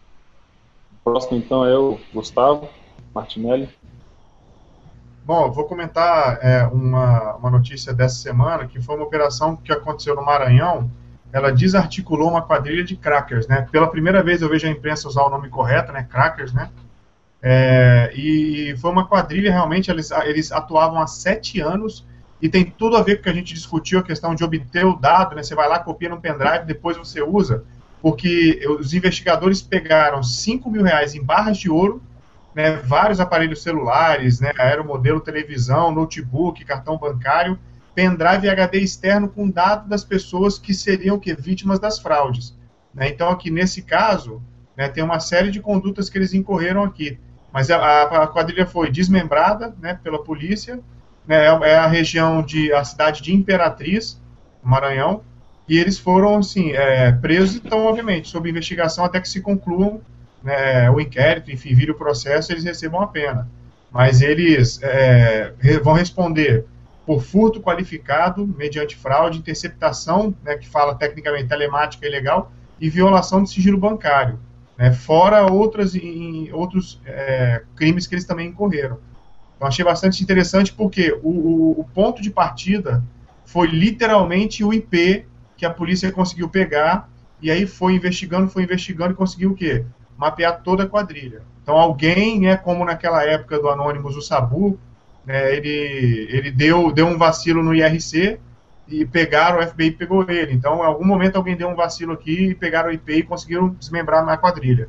O próximo, então, é o Gustavo Martinelli. Bom, eu vou comentar é, uma, uma notícia dessa semana, que foi uma operação que aconteceu no Maranhão. Ela desarticulou uma quadrilha de crackers, né? Pela primeira vez eu vejo a imprensa usar o nome correto, né? Crackers, né? É, e foi uma quadrilha, realmente, eles, eles atuavam há sete anos e tem tudo a ver com o que a gente discutiu, a questão de obter o dado, né? Você vai lá, copia no pendrive, depois você usa, porque os investigadores pegaram cinco mil reais em barras de ouro, né? Vários aparelhos celulares, né? Aeromodelo, televisão, notebook, cartão bancário, pendrive e H D externo com dados das pessoas que seriam que, vítimas das fraudes. Né? Então, aqui nesse caso, né, tem uma série de condutas que eles incorreram aqui. Mas a, a quadrilha foi desmembrada, né, pela polícia, né, é a região, de, a cidade de Imperatriz, Maranhão, e eles foram assim, é, presos e estão, obviamente, sob investigação até que se concluam, né, o inquérito, enfim, vire o processo, eles recebam a pena. Mas eles é, vão responder por furto qualificado, mediante fraude, interceptação, né, que fala tecnicamente telemática ilegal, e violação de sigilo bancário, né, fora outras, em, outros é, crimes que eles também incorreram. Então achei bastante interessante porque o, o, o ponto de partida foi literalmente o I P que a polícia conseguiu pegar, e aí foi investigando, foi investigando e conseguiu o quê? Mapear toda a quadrilha. Então alguém, né, como naquela época do Anonymous, o Sabu, É, ele, ele deu, deu um vacilo no I R C e pegaram, o F B I pegou ele. Então, em algum momento, alguém deu um vacilo aqui e pegaram o I P e conseguiram desmembrar na quadrilha.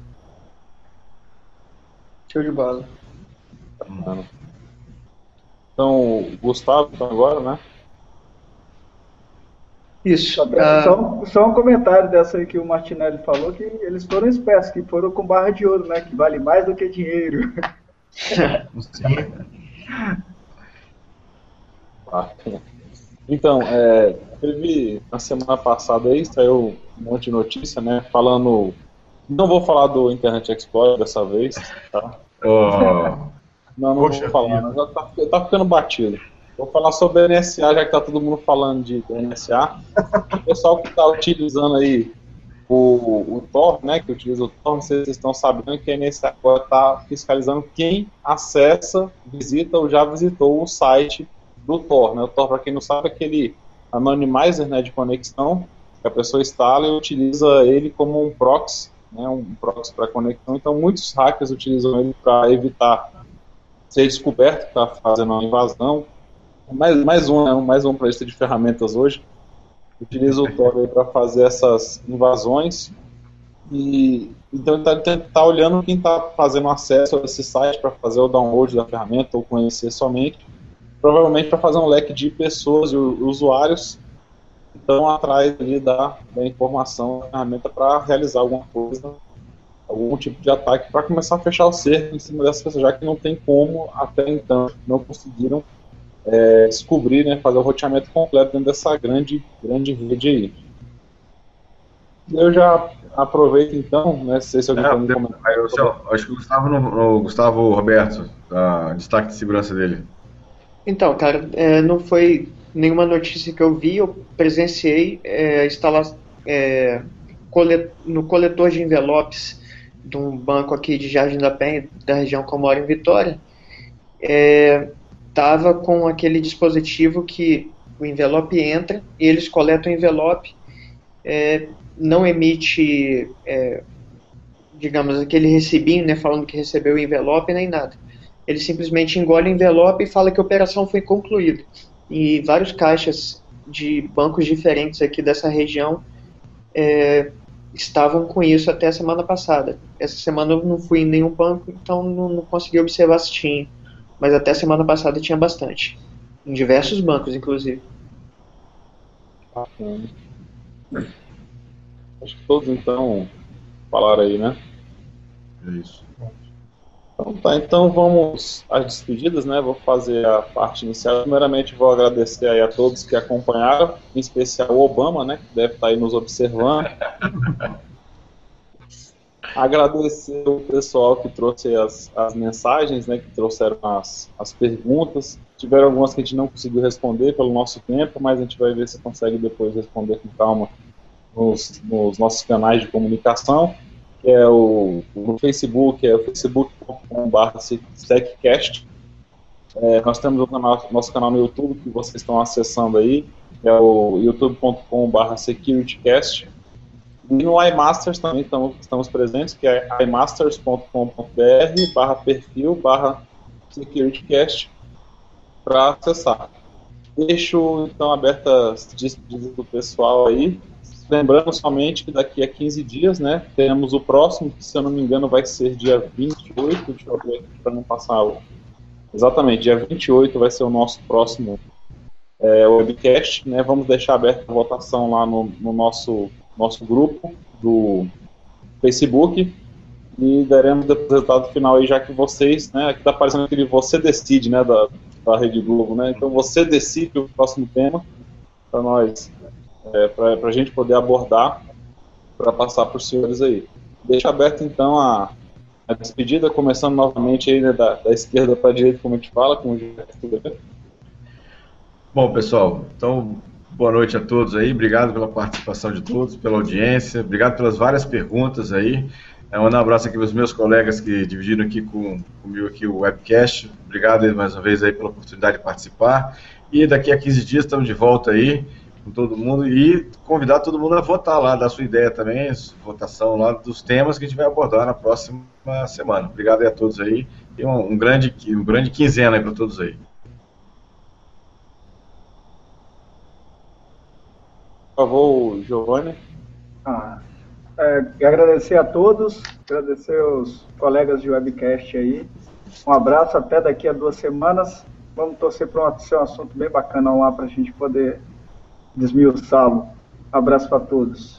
Show de bola. Então, Gustavo, então agora, né? Isso. Só, Uh... só, só um comentário dessa aí que o Martinelli falou, que eles foram espertos, que foram com barra de ouro, né? Que vale mais do que dinheiro. Sim. Então, é, teve na semana passada aí, saiu um monte de notícia, né, falando, não vou falar do Internet Explorer dessa vez, tá? Oh. Não, não Poxa vou falar, não, já tá, tá ficando batido. Vou falar sobre a N S A, já que tá todo mundo falando de N S A. O pessoal que tá utilizando aí o, o Tor, né, que utiliza o Tor, não sei se vocês estão sabendo que a N S A agora está fiscalizando quem acessa, visita ou já visitou o site do Tor, né? O Tor, para quem não sabe, é aquele anonymizer, né, de conexão, que a pessoa instala e utiliza ele como um proxy, né, um proxy para conexão. Então muitos hackers utilizam ele para evitar ser descoberto que está fazendo uma invasão mais, mais um, né, mais um projeto de ferramentas hoje. Utiliza o Tor para fazer essas invasões. E então ele está tá olhando quem está fazendo acesso a esse site para fazer o download da ferramenta ou conhecer somente, provavelmente para fazer um leque de pessoas e usuários que estão atrás ali da, da informação da ferramenta para realizar alguma coisa, algum tipo de ataque, para começar a fechar o cerco em cima dessas pessoas, já que não tem como, até então, não conseguiram é, descobrir, né, fazer o roteamento completo dentro dessa grande, grande rede aí. Eu já aproveito então, né, se alguém é, tem algum comentário. Acho que o Gustavo, no, no, Gustavo Roberto, a destaque de segurança dele. Então, cara, é, não foi nenhuma notícia que eu vi, eu presenciei é, instalar é, colet, no coletor de envelopes de um banco aqui de Jardim da Penha, da região que eu moro em Vitória, estava é, com aquele dispositivo que o envelope entra e eles coletam o envelope, é, não emite, é, digamos, aquele recibinho, né, falando que recebeu o envelope, nem nada. Ele simplesmente engole o envelope e fala que a operação foi concluída. E vários caixas de bancos diferentes aqui dessa região é, estavam com isso até a semana passada. Essa semana eu não fui em nenhum banco, então não, não consegui observar se tinha. Mas até a semana passada tinha bastante. Em diversos bancos, inclusive. Bacana. Acho que todos, então, falaram aí, né? É isso. Então, tá, então vamos às despedidas, né? Vou fazer a parte inicial. Primeiramente, vou agradecer aí a todos que acompanharam, em especial o Obama, né? Que deve estar aí nos observando. Agradecer o pessoal que trouxe as, as mensagens, né? Que trouxeram as, as perguntas. Tiveram algumas que a gente não conseguiu responder pelo nosso tempo, mas a gente vai ver se consegue depois responder com calma Nos, nos nossos canais de comunicação, que é o no Facebook, é o facebook ponto com barra seccast. É, nós temos o canal, nosso canal no YouTube, que vocês estão acessando aí, é o youtube ponto com barra securitycast. E no iMasters também estamos, estamos presentes, que é imasters ponto com ponto br barra perfil barra securitycast para acessar. Deixo então abertas as despedidas do pessoal aí. Lembrando somente que daqui a quinze dias, né, teremos o próximo, que se eu não me engano vai ser dia vinte e oito, deixa eu ver aqui para não passar o... Exatamente, dia vinte e oito vai ser o nosso próximo é, webcast, né, vamos deixar aberta a votação lá no, no nosso, nosso grupo do Facebook e daremos o resultado final aí, já que vocês, né, aqui está aparecendo aquele você decide, né, da, da Rede Globo, né, então você decide o próximo tema para nós... É, para a gente poder abordar, para passar para os senhores aí. Deixa aberto então a, a despedida, começando novamente aí, né, da, da esquerda para a direita, como a gente fala, como já... Bom, pessoal, então boa noite a todos aí, obrigado pela participação de todos, pela audiência, obrigado pelas várias perguntas aí. É, um abraço aqui para os meus colegas que dividiram aqui com, comigo aqui o webcast, obrigado aí, mais uma vez aí pela oportunidade de participar, e daqui a quinze dias estamos de volta aí, com todo mundo, e convidar todo mundo a votar lá, dar sua ideia também, votação lá dos temas que a gente vai abordar na próxima semana. Obrigado aí a todos aí, e um, um grande, um grande quinzena aí para todos aí. Por favor, Giovanni. Ah, é, agradecer a todos, agradecer aos colegas de webcast aí, um abraço, até daqui a duas semanas, vamos torcer para ser um assunto bem bacana lá para a gente poder desmiuçá-lo. Abraço para todos.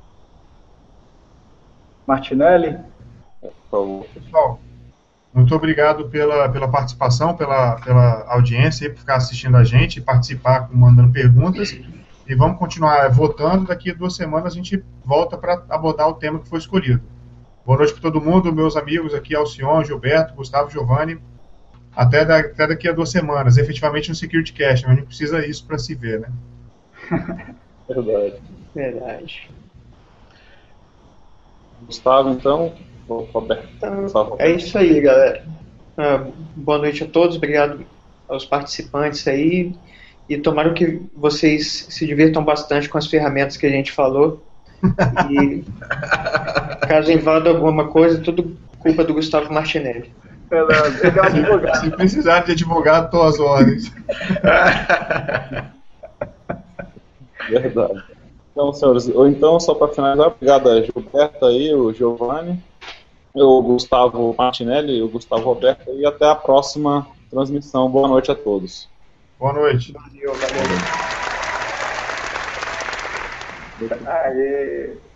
Martinelli? Por favor. Pessoal, muito obrigado pela, pela participação, pela, pela audiência, por ficar assistindo a gente, participar, mandando perguntas. E vamos continuar votando. Daqui a duas semanas a gente volta para abordar o tema que foi escolhido. Boa noite para todo mundo, meus amigos aqui, Alcion, Gilberto, Gustavo, Giovanni. Até, da, até daqui a duas semanas, efetivamente no SecurityCast, mas a gente precisa disso para se ver, né? Verdade. Verdade. Gustavo, então, Roberto. Então, é isso aí, galera. Ah, boa noite a todos, obrigado aos participantes aí, e tomara que vocês se divirtam bastante com as ferramentas que a gente falou. E caso invada alguma coisa, tudo culpa do Gustavo Martinelli. Pela... Ele é um advogado. Se precisar de advogado, estou às ordens. Verdade. Então, senhores, ou então, só para finalizar, obrigado a Gilberto aí, o Giovanni, o Gustavo Martinelli, o Gustavo Roberto, e até a próxima transmissão. Boa noite a todos. Boa noite. Valeu, valeu. Aê.